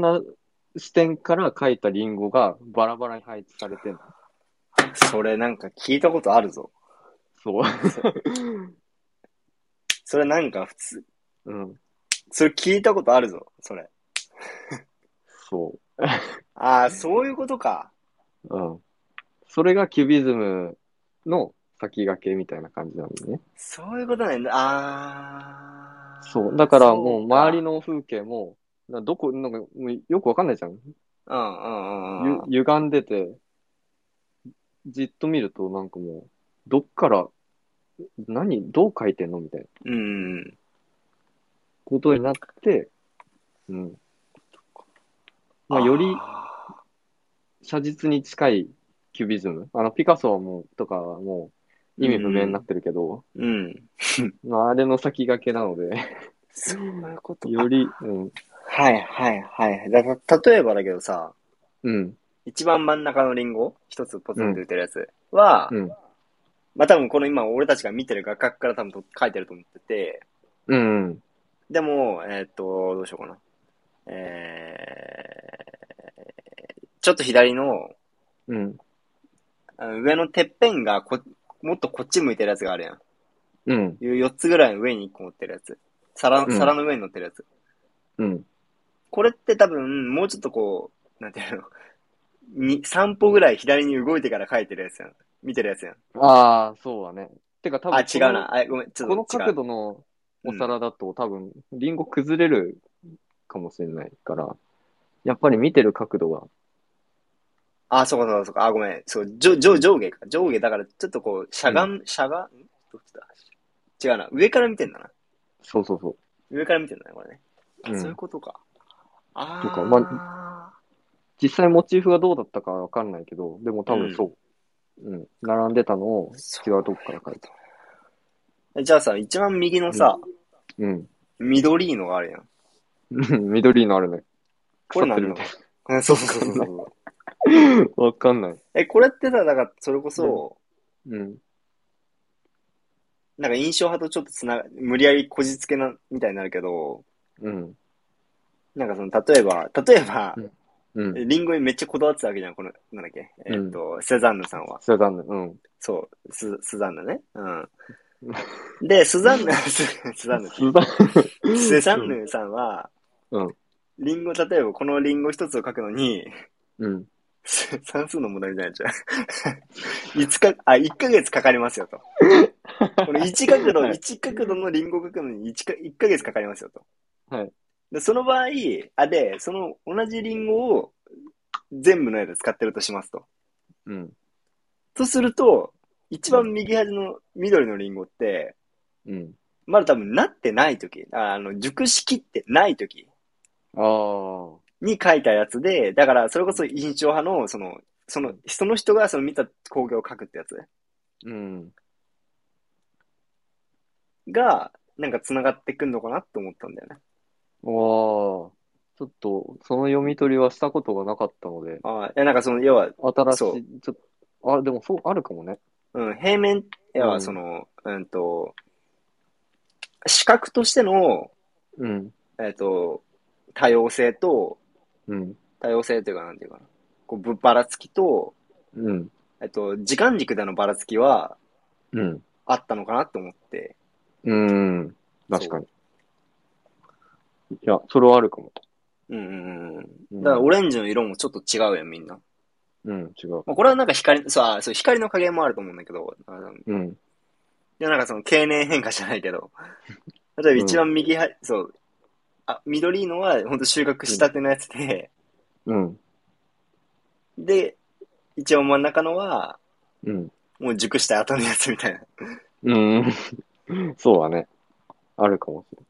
いろんな視点から書いたリンゴがバラバラに配置されてんの。 それなんか聞いたことあるぞ。 そう。 そ、それなんか普通、 うん。 それ聞いたことあるぞ。それ。 そああ、そういうことか。 う。うん。それがキュビズムの先駆けみたいな感じなんだよね。 そういうことね。あそう。だあ、 からもうそうか。 周りの風景も、などこ、なんかもうよくわかんないじゃん。 うんうんうんゆ、歪んでて、じっと見るとなんかもう、どっから、何、どう書いてんのみたいなうん。うん。 ことになって、うん。まあ、よりあ写実に近いキュビズム。あの、ピカソはもう、とかはもー、 う意味不明になっうん。 てるけど、 うん。 まあ、あれの先駆けなのでそういうこと。あ、 より、うん、 はいはいはい。だた、例えばだけどさ、 うん、 一番真ん中のリンゴ一つポツンとうん、 出てるやつは、 うん、 まあ多分この今俺たちが見てる画角から多分と書いてると思ってて、 うん、 でも、えーっと、どうしようかな。えちょっと左の、 うん。 あの上のてっぺんがこ、もっとこっち向いてるやつがあるやん。 うん。 いうよっつぐらいの上にいっこ乗ってるやつ。皿、 うん皿の上に乗ってるやつ。 うん。 これって多分、もうちょっとこう、なんていうの、に、さん歩ぐらい左に動いてから書いてるやつやん。見てるやつやん。 ああ、そうだね。てか多あ、 分この、 違うな。あ、ごめん、ちこの角ょっと違う。 度のお皿だと多分、リンゴ崩れるかもしれないから、やっぱり見てる角度が、 あ、そうかそうかそうか。あ、ごめん。そう、上、上、上下か。上下だから、ちょっとこう、しゃがん、しゃがん、どっちだ違うな。上から見てんだな。 そうそうそ上から見てんだね、これね。あ、 うんそういうことか。 とか、まあ、 あ実際モチーフがどうだったかわかんないけど、でも多分うんそう。うん。並んでたのを違うとこから書いた。 ー。じゃあさ、一番右のさ、 うん。 緑いのがあるやん。 うん緑のあるね。 これ何なの？ 腐ってるみたいうんそうそうそうそう。 な。わかんない。 え、これってさ、だから、それこそ、 うん。 なんか印象派とちょっとつなが、無理やりこじつけな、みたいになるけど、 うん。 なんかその、例えば、例えば、 うん。 リンゴにめっちゃこだわってたわけじゃん、この、なんだっけ、えーっと、セザンヌさんは。 それだね。うん。 そう、ス、スザンヌね。うん。で、スザンヌ、ス、スザンヌって言う。 スザセザンヌさんは、 うん。 リンゴ、例えばこのリンゴ一つを書くのに、 うん。 算数の問題みたいになっちゃう。いつか、あ、いっかげつかかりますよと。このいち角度、 はいいち角度のリンゴを書くのにいちか、いっかげつかかりますよと。 はい。 で、その場合、あ、で、その同じリンゴを全部のやつ使ってるとしますと。 うん。 とすると、一番右端の緑のリンゴって、 うん。 まだ多分なってない時、ああの、熟しきってない時ああ。 に書いたやつで、だからそれこそ印象派の、その、その、その人がその見た光景を書くってやつうん。 が、なんか繋がってくんのかなって思ったんだよね。 わあ。ちょっと、その読み取りはしたことがなかったので、 ああ、いや、なんかその、要は、そ新しい、ちょっと、あ、でもそう、あるかもね。 う、うん、平面、要はうんその、うんと、視覚としての、 うん。 えっと、多様性と、 うん。 多様性というか、なんていうかな。こう、ぶばらつきと、 うん。 えっと、時間軸でのばらつきはうん。 あったのかなと思って、 うん。確かそに。いや、それはあるかも。 う。うんうんうん。 うんだから、オレンジの色もちょっと違うやん、みんな。 うん、違う。 まあ、これはなんか光、そう、あそう、光の加減もあると思うんだけど、あのいうん。 や、なんかその、経年変化じゃないけど、例えば一番右は、そう、あ、緑のは、ほんと収穫したてのやつで、 うん。 で、一番真ん中のは、 うん。 もう熟した後のやつみたいな。 うん。そうだね。あるかもしれない。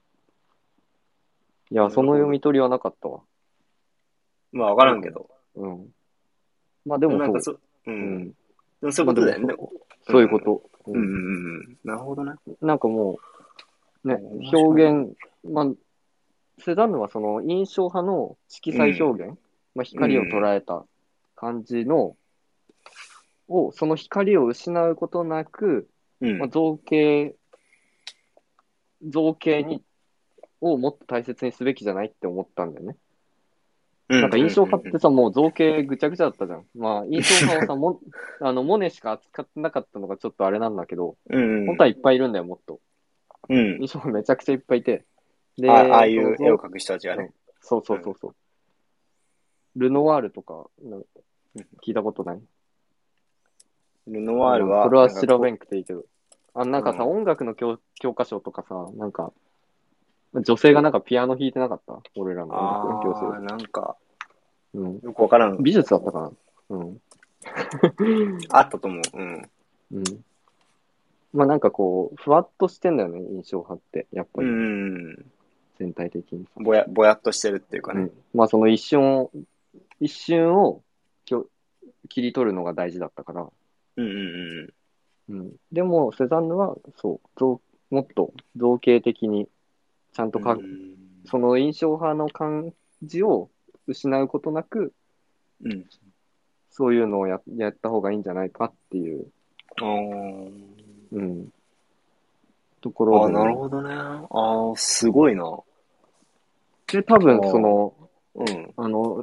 いや、その読み取りはなかったわ。 まあ、わからんけど。 うん。まあでもそう。 なんかそ、う。 うんん。 でもそういまあでもうことだよね。 そう、そういうこと。うん。 うんうんうんうん。なるほどね。 なんかもう、ね、 面白い表現、まあ、セザンヌはその印象派の色彩表現、まあ光を捉えた感じの、を、その光を失うことなく、まあ、 うん。 造形、造形に、をもっと大切にすべきじゃないって思ったんだよね。 うん。 なんか印象派うんってさ、もう造形ぐちゃぐちゃだったじゃん。まあ、印象派はさ、も、あの、モネしか扱ってなかったのがちょっとあれなんだけど、 うん本当はいっぱいいるんだよ、もっと。 うん。うん。 印象派めちゃくちゃいっぱいいて。で、 あ、ああいその造、 う絵を描く人たちがね。 そうそうそうそう。ルノワールとか、な聞いたことない。 ルノワールまあ、そは、 れはなんかこ調べんくていいけど。あ、なんかさ、 うん音楽の教、教科書とかさ、なんか、女性がなんかピアノ弾いてなかった俺らの音楽の教ああ、 室。 なんか、 うん。 よくわからん。 美術だったかなうん。 あったと思う。うん。 うん。まあなんかこう、ふわっとしてんだよね、印象派って。やっぱうり、 ん。 全体的にさ。 ぼや、ぼやっとしてるっていうかね。 うん。まあその一瞬を、一瞬をきょ切り取るのが大事だったから。 うんうんうん。でも、セザンヌは、そう、造もっと造形的に、ちゃんうん。 とか、 うんその印象派の感じを失うことなく、 うん。 そういうのをややった方がいいんじゃないかっていう、 あーうん、ところあー、 でね。 なるほどね。ああ、すごいな。 で、多分そあの、 ーうん。 あの、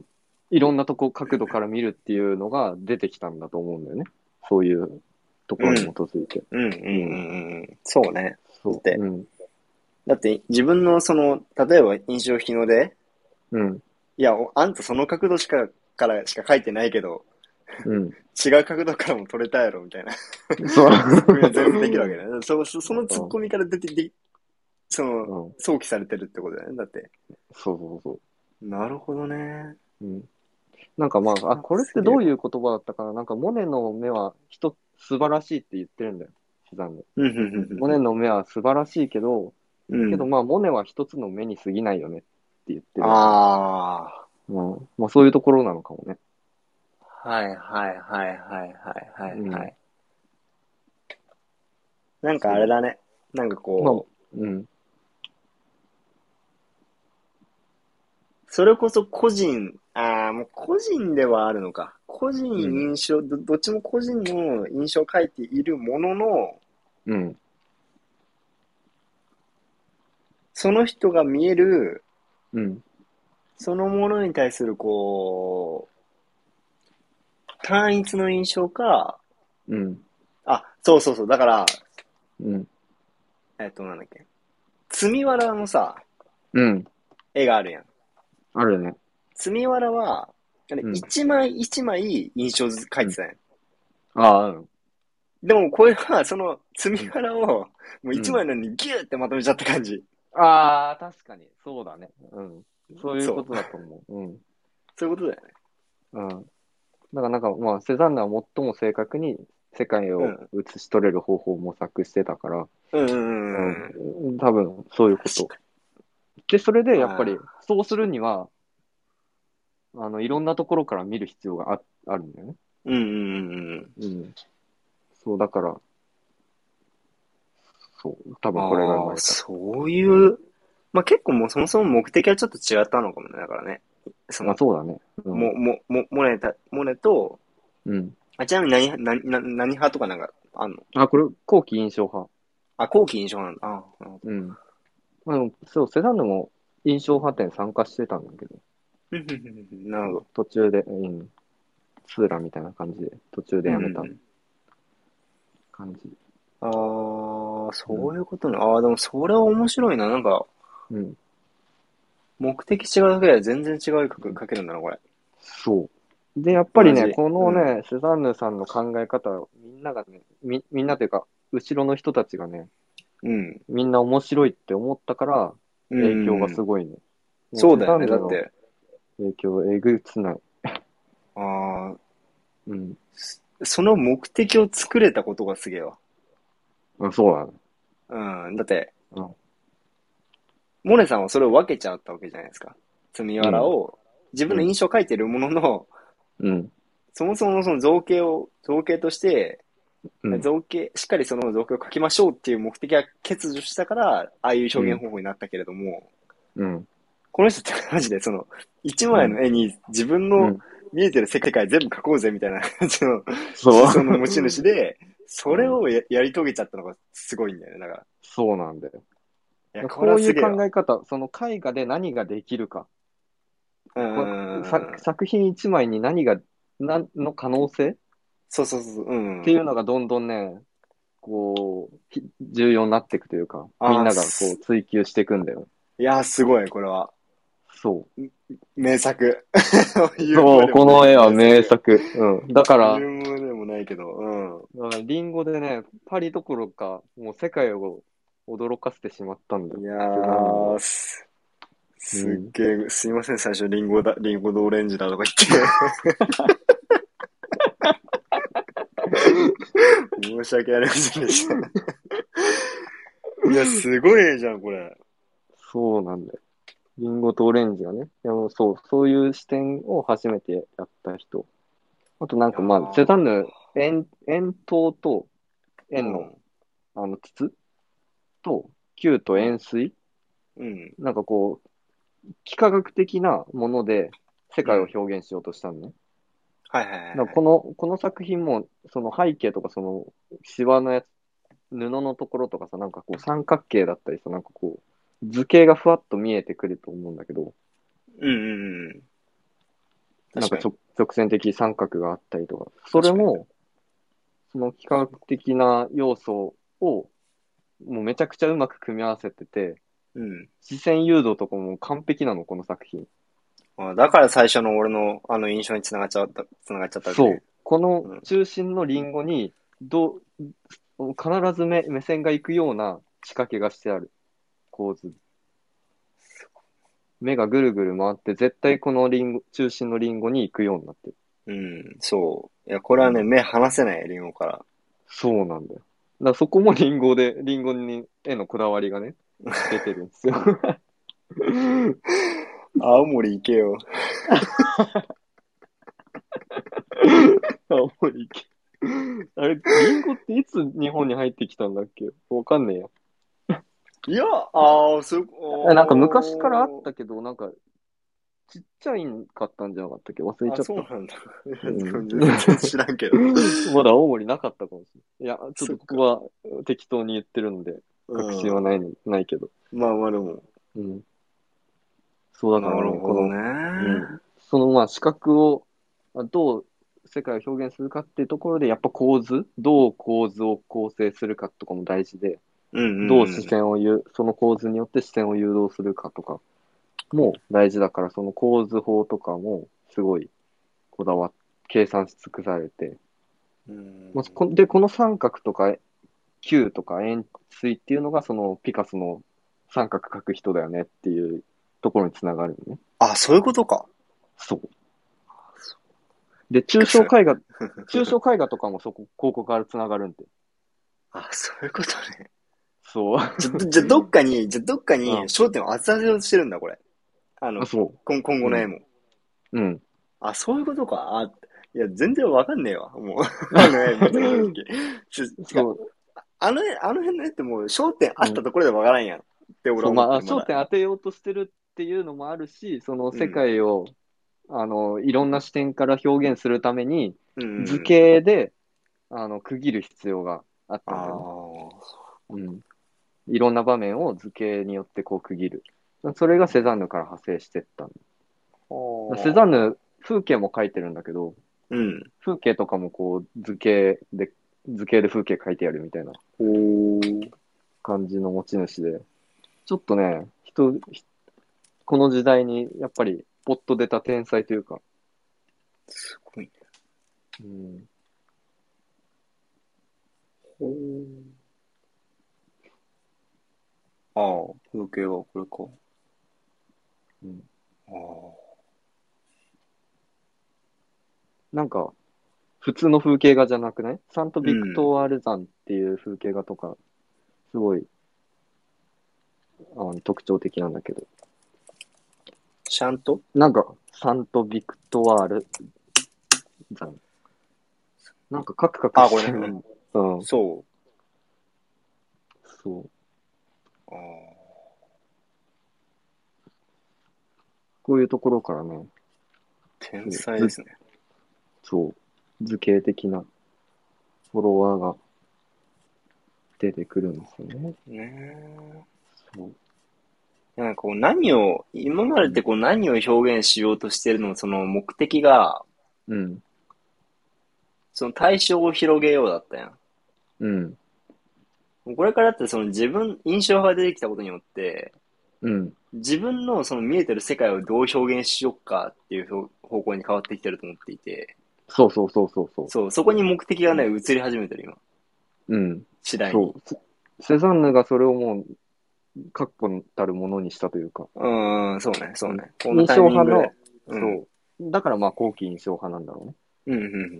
いろんなとこ、角度から見るっていうのが出てきたんだと思うんだよね。そういうところに基づいて。 うんうんうんうん。そうね。 そう。 だってうん。 だって自分のその、例えば印象日の出、 うん。 いや、おあんたその角度しか、からしか書いてないけど、 うん。 違う角度からも撮れたやろ、みたいな。 そう。 ツッコミは全然できるわけだね。そ、そそのツッうん。 コミから出て、で、その、 うん。 想起されてるってことだよね。だって。 そうそうそなるほどね。 う。うん。なんかまあ、あ、これってどういう言葉だったかな。なんか、モネの目は人、素晴らしいって言ってるんだよ。セザンヌ。 うん、うん、 モネの目は素晴らしいけど、 うん。うん。 けどまあ、モネは一つの目に過ぎないよねって言ってるわけね。 あうん。まあ、そういうところなのかもね。 あ。はいはいはいはいはいはいうん。 はい。なんかあれそだね。なんかう。まあ、 こう、 うん。 それこそ個人、ああ、もう個人ではあるのか。個人うん。 印象、ど、どっちも個人の印象を書いているものの、 うん。 その人が見える、 うん。 そのものに対するこう、単一の印象か、 うん。 あ、そうそうそう、だから、 うん。 えっと、なんだっけ。積みわらのさ、 うん。 絵があるやん。 あるね。 積みわらは、あれうん。 一枚一枚印象ずつ描いうん。 てたやん。 ああ、うん。 でもこれは、その積みうん。 わらを、もううん。 一枚のにギューってまとめちゃった感じ。 ああ、確かに。そうだね。うん。そういうこそう。 とだと思う。うん。 そういうことだよね。 うん。だからなんか、まあ、セザンヌは最も正確に世界をうん。 映し取れる方法を模索してたから、 うんうんうんうん。 うん。多分、そういうこと。 確かで、それでに。 やっぱり、 ああ。 そうするには、あの、いろんなところから見る必要があ、あるんだよね。 うんうんうんうん。 うん。そう、だから、そう、多分これが生ああ、 まれた。 そういう、まあ、結構もうそもそも目的はちょっと違ったのかもね。だからね。そあ、 の、 そうだね。うん。 も、も、も、モネた、モネと、 うん。 あ、ちなみに何、何、何何派とかなんかあんの？ あ、これ、後期印象派。 あ、後期印象なんだ。ああ、なるほど。 うん。まあ、でもそう、セザンヌも印象派展参加してたんだけど、 うんうんうんうんなるほど。 途中で、うん、ツーラみたいな感じで、途中でうんやめたうんうん。 感じ。 ああ、 うん。 そういうことね。ああ、でもそれは面白いな。なんか、 うん。 目的違うだけで全然違う曲書けるんだな、これ。 そう。で、やっぱりね、 同じ。 このうん。 ね、セザンヌさんの考え方をみんながね、み、みんなというか、後ろの人たちがね、 うん。 みんな面白いって思ったから、 う影響がん。 すごいね。もうセそうだよね。 ザンヌのだって、 影響えぐつない。 ああ、 うん。 その目的を作れたことがすげえわ。 あ、そうだね。 うん。だって、 うん。 モネさんはそれを分けちゃったわけじゃないですか。積みうん。 わらを、自分のうん。 印象を書いてるものの、 うん。 そもそもその造形を、造形として、 うん。 造形、しっかりその造形を書きましょうっていう目的が欠如したから、ああいううん。 表現方法になったけれども、 うん。 この人ってマジでその、一うん。 枚の絵に自分のうん。 見えてる世界全部描こうぜみたいな感じの思そう。 想の持ち主で、それうん。 をややり遂げちゃったのがすごいんだよね。だから。 そうなんだよ。 いや、これこういうはすげえわ。 考え方、その絵画で何ができるか、 うこさーん。 作品一枚に何が、なんの可能性っそうそうそう。うん。 ていうのがどんどんね、こう、ひ重要になっていくというか、みんああ、 ながこうす、 追求していくんだよ。 いや、すごい、これは。 そ名作。 う。 有そう、こ名でもないけど、 の絵は名作。 名作。うん。だから、 有名でもないけど、うん。 だからリンゴでね、パリどころか、もう世界を驚かせてしまったんだよ。 いやセザンヌは。 ー、す、すっうん。 げえ、すいません、最初リンゴだ、リンゴとオレンジだとか言って。申し訳ありませんでした。いや、すごい絵じゃん、これ。 そうなんだよ。リンゴとオレンジがね。でもそう、そういう視点を初めてやった人。あとなんいやかまあ、セザンー、 ヌ、円、円筒と円の、 うん、 あの筒と球とうん、 円錐、 うん、 なんかこう、幾何学的なもので世界をうん。 表現しようとしたのね。 はいはいはいだからはい。 この、この作品も、その背景とかその、シワのやつ、布のところとかさ、なんかこう三角形だったりさ、なんかこう、図形がふわっと見えてくると思うんだけど、 うんうんなんか確かに。 直直線的三角があったりとか、それ確かも、その幾何的な要素を、もうめちゃくちゃうまく組み合わせてて、 うん。 視線誘導とかも完璧なの、この作品。 あ、だから最初の俺のあの印象につながっちゃった、つながっちゃったわけね。 そう。このうん。 中心のリンゴに、どう、必ず目、目線が行くような仕掛けがしてある構図。目がぐるぐる回って、絶対このリンゴ、中心のリンゴに行くようになってる。 うん、そう。いや、これはね、 うん、 目離せない、リンゴから。 そうなんだよ。だからそこもリンゴで、リンゴに、へのこだわりがね、出てるんですよ。 青森行けよ。 青森県。あれ、リンゴっていつ日本に入ってきたんだっけ？わかんねえや。 いや、ああ、そう、 えなんか昔からあっおたけど、なんかちっちゃいんかったんじゃなかったっけ？忘れー、あ、 ちゃった。 そうなんだ。 うん。 全然知らんけど。 まだ青森なかったかもしれない。いや、ちょっそっか。 とここは適当に言ってるので、確信はうん。 ない、ないけど。 まあまあでも、 うん。そうだかならね、こるほどの、うね。 ん。そのまあ視覚を、あどう世界を表現するかっていうところで、やっぱ構図、どう構図を構成するかとかも大事で、 うんどう視うんうん。 線をゆ、その構図によって視線を誘導するかとかも大事だから、その構図法とかもすごいこだわっ、計算し尽くされて、 うまあ、 ん。 こで、この三角とか球とか円錐っていうのがそのピカソの三角描く人だよねっていうところにつながるのね。 あ、そういうことか。 そう。で、抽ピカソ。 象絵画、抽象絵画とかもそこ、ここからつながるんで。 あ、そういうことね。 そう。 じゃ、じゃ、どっかに、じゃ、どっかにうん。 焦点を当てさせようとしてるんだ、これ。ああ、 の、 そ今、今う。うん。 後の絵も。 うん。 あ、そういうことか。あ、いや、全然わかんねえわ。もう、あの絵見ても正直。ちょ、違う。 そあの絵、あの辺の絵ってもう焦点う。うん。 あったところでわからんやん。って俺そう、まあ、 は思ってる、まだ。 焦点当てようとしてるっていうのもあるし、その世うん。 界を、あの、いろんな視点から表現するために、 うん図うん。 形で、あの、区切る必要があっあたんだよね。 あ。 うん。いろんな場面を図形によってこう区切る。それがセザンヌから派生してったんだ。セザンほヌ、風景も描いてるんだけど、 う。うん。 風景とかもこう図形で、図形で風景描いてやるみたいなほう。 感じの持ち主で、ちょっとね、人、この時代にやっぱりポッと出た天才というか、 すごいね。 うん、 ほう。ああ、風景はこれか。 うん、 ああ。 なんか普通の風景画じゃなくない？サントビクうん。 トワール山っていう風景画とか、すごいあの特徴的なんだけど、 ちゃんとなんかサントビクトワール山、なんかカクカクあ、これね。 してる。 うん。 うん、 そそう。 う。ああ。 こういうところからね、 天そうず、 才ですね。 そう、図形的なフォロワーが出てくるんですよね。 ねそう。 え。なんかこう何を、今までってうん。 こう何を表現しようとしてるの、その目的が、 うん。 その対象を広げようだったやん。 うん。 これからだってその自分、印象が出てきたことによって、 うん。 自分のその見えてる世界をどう表現しようかっていう方向に変わってきてると思っていて、 そうそうそうそうそそう、そこに目的がう。 ね、 うん。 移り始めてる今。 うん。 次第に。 そう。セセザンヌがそれをもう、確固たるものにしたというか、 うーん、そうね、そううん。 ね。この印タイミングで。 象派の、 うん。 そう。だからまあ後期印象派なんだろうね。 うん、うん、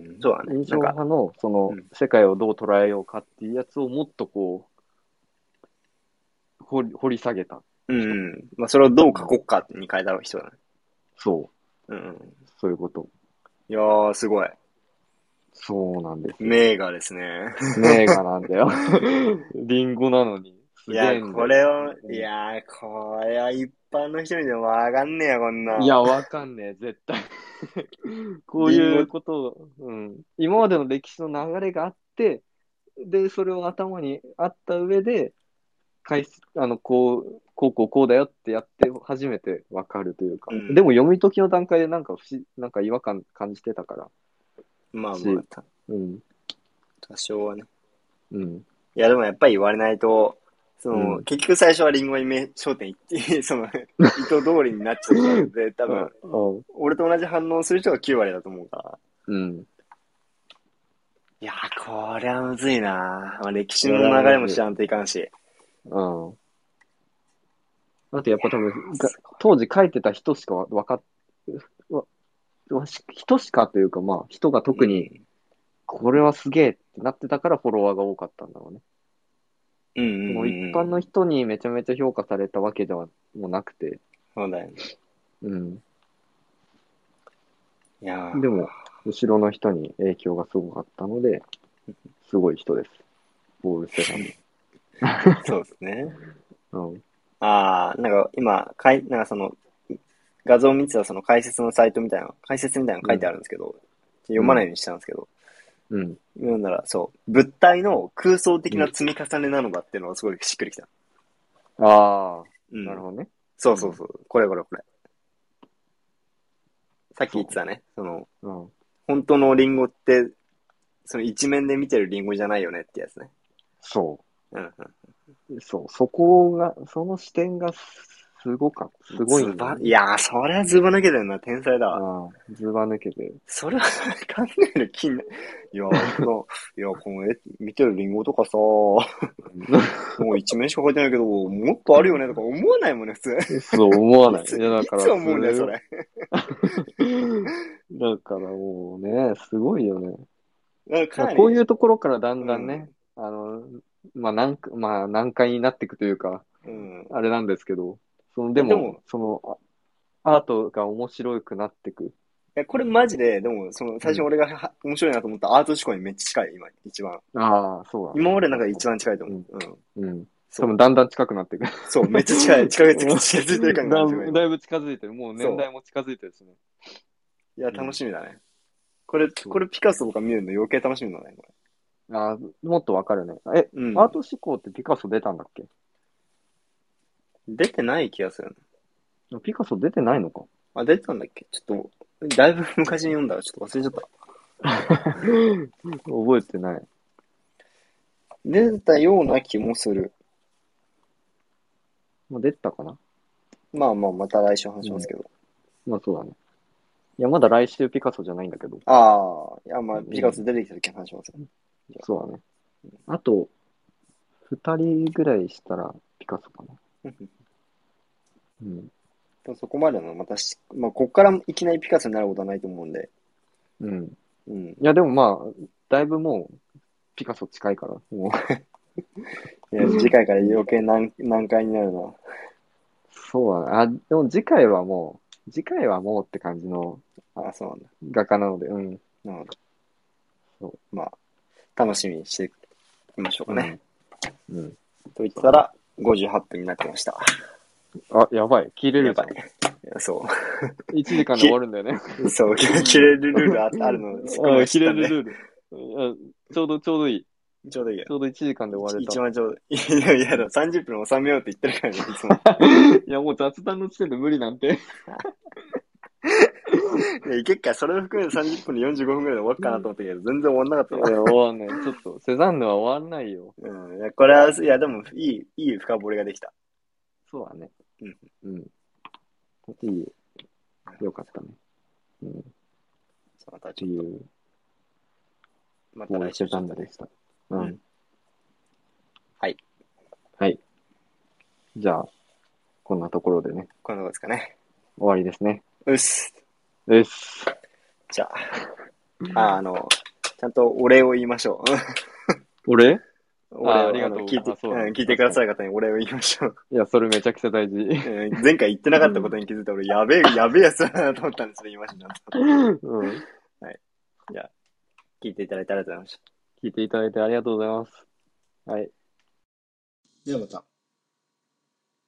うん。そうだね。 印象なんか、 派の、その、 うん。 世界をどう捉えようかっていうやつをもっとこう、掘り、掘り下げたう人。 ん。まあ、それをどううん。 書こうかに変えた人だね。 そう。 うん。 そういうこと。 いやー、すごい。 そうなんですよ。 名画ですね。 名画なんだよ。リンゴなのに。すいや、 げえんだよ。 これを、いうん、 やー、これは一般の人にでもわかんねえや、こんな。 いや、わかんねえ、絶対。こうリンゴ、 いうことを、うん。今までの歴史の流れがあって、で、それを頭にあった上で、解あの、こう、 こうこうこうだよってやって初めてわかるというか、 うんでも読み解きの段階でなんか不思なんか違和感感じてたから。しまあまあ、たうん。 多少はね。 うん。 いや、でもやっぱり言われないと、その、 うん結局最初はリンゴに目焦点いって、その、意図通りになっちゃったので、多分、 うん。 俺と同じ反応する人がきゅう割だと思うから。 うん。 いやー、こりゃむずいな。まあ、歴史の流れも知らんといかんし。 うん。だってやっぱ多分、が当時書いてた人しかわわかっ、わわし人しかというか、まあ、人が特に、これはすげえってなってたからフォロワーが多かったんだろうね。 うん、うんうんその一うん。 般の人にめちゃめちゃ評価されたわけではもうなくて、 そうだよね。 うん。 いやーでも、後ろの人に影響がすごかったので、すごい人です。ボールステファン。 そうですね。 うん。 あー、なんか今、かい、なんかその、画像を見てたその解説のサイトみたいな、解説みたいなの書いてあるんですけど、読まないようにしたんですけど、 うん。 読んだら、そう、物体の空想的な積み重ねなのだっていうのがすごいしっくりきた。 ああ、 うん。 なるほどね。 そうそうそう。これこれこれ。さっき言ってたね。その、 うん。 本当のリンゴって、その一面で見てるリンゴじゃないよねってやつね。 そうんう。そう。そこが、その視点がすごか、すうん。 ごいんだよね。 ずばいやー、そりゃずば抜けてるな。天才だわ。 ああ、ずば抜けて。 それは考える気にな、いやー、普段、いや、この絵見てるリンゴとかさ、もう一面しか描いてないけど、もっとあるよねとか思わないもんね、普通。 そう思わない。 いつ、 いや、だいからす、 つ思うんだよ、それ。 だからもうね、すごいよね。 なんかかなり、 こういうところからだんだんね、 うんあの、まあ、難、まあ、難解になっていくというか、 うん。 あれなんですけど、その、でも、 いやでも、 その、アートが面白くなっていく。 いや、これマジで、でも、その、最うん。 初俺がは面白いなと思ったアート思考にめっちゃ近い、今、一番。 ああ、そうだね。 今までの中で一番近いと思う。うん。 うん。 そう。 多分だんだん近くなっていく。 そう、めっちゃ近い、近づいて、近づいてる感があるんですよ、 だいぶ、 今。 だいぶ近づいてる。もう年そ代も近づいてるしね。 う。いや、 うん楽しみだね。これ、 そうこれピカソとか見るの余計楽しみだね、こああ、もっとわかるね。え、 れ。うん。 アート思考ってピカソ出たんだっけ？ 出てない気がするピカソ出てないのか。 な。あ、出てたんだっけちょっと、だいぶ昔に読んだらちょっと忘れちゃった。 覚えてない。 出てたような気もする。 もう出たかな。 まあまあ、また来週話しますけど。 まあそうだね。いや、まだ来週ピカソじゃないんだけど。 ああ、いや、まあ、ピカソ出てきた時に話しますよ。 そうだね。あと、二人ぐらいしたらピカソかな。うん。 そこまでの、またし、まあ、こっからいきなりピカソになることはないと思うんで。 うん。 うん。 いや、でもまあ、だいぶもう、ピカソ近いから、もう。 いや、次回から余計難、難解になるな。 そうだね。あ、でも次回はもう、次回はもうって感じのあ、そうなんだ。 画家なので、うん。 なるほど。 そうまあ、楽しみにしていきましょうかね。 うん。うん。 と言ったら、ごじゅうはっぷんになってました。 あ、やばい。切れるじゃん。 やばい。いやそいちじかんで終わるんだよね。 う。そう、切れるルールああるの、すっごいあ、 前知切ったんで。 れるルール。あちょうど、ちょうどいい。 ちょうどいいよ。 ちょうどいちじかんで終われた。 一番ちょうどいい。いやいや、でもさんじゅっぷん収めようって言ってるからね、いつも。 いや、もう雑談の時点で無理なんて。 いや、いけっか、それを含めてさんじゅっぷんでよんじゅうごふんぐらいで終わるかなと思ったけど、全然終わんなかったいや、 わ。 終わんない。ちょっと、セザンヌは終わんないよ。 うん。いや、これは、いや、でも、いい、いい深掘りができた。 そうだね。 うん。 うん。いい。よかったね。うん。っまたちょっと、 ていう、 またボールセザ来週ちょっとンヌでした。ううんん。 はい。 はい。じゃあ、こんなところでね、 こんなとこですかね。 終わりですね。 うっす。 です。 じゃあ、あ、あの、ちゃんとお礼を言いましょ俺う。お礼を、 あありがとうの聞いて、 あそうだねうん、聞いてくださる方にお礼を言いましょう。 いや、それめちゃくちゃ大事。 うん前回言ってなかったことに気づいて、俺、やべえ、やべえやつだなと思ったんですよ、言いました。 うん。 じゃあ、聞いていただいてありがとうございました。 聞いていただいてありがとうございます。はい。 ではまた。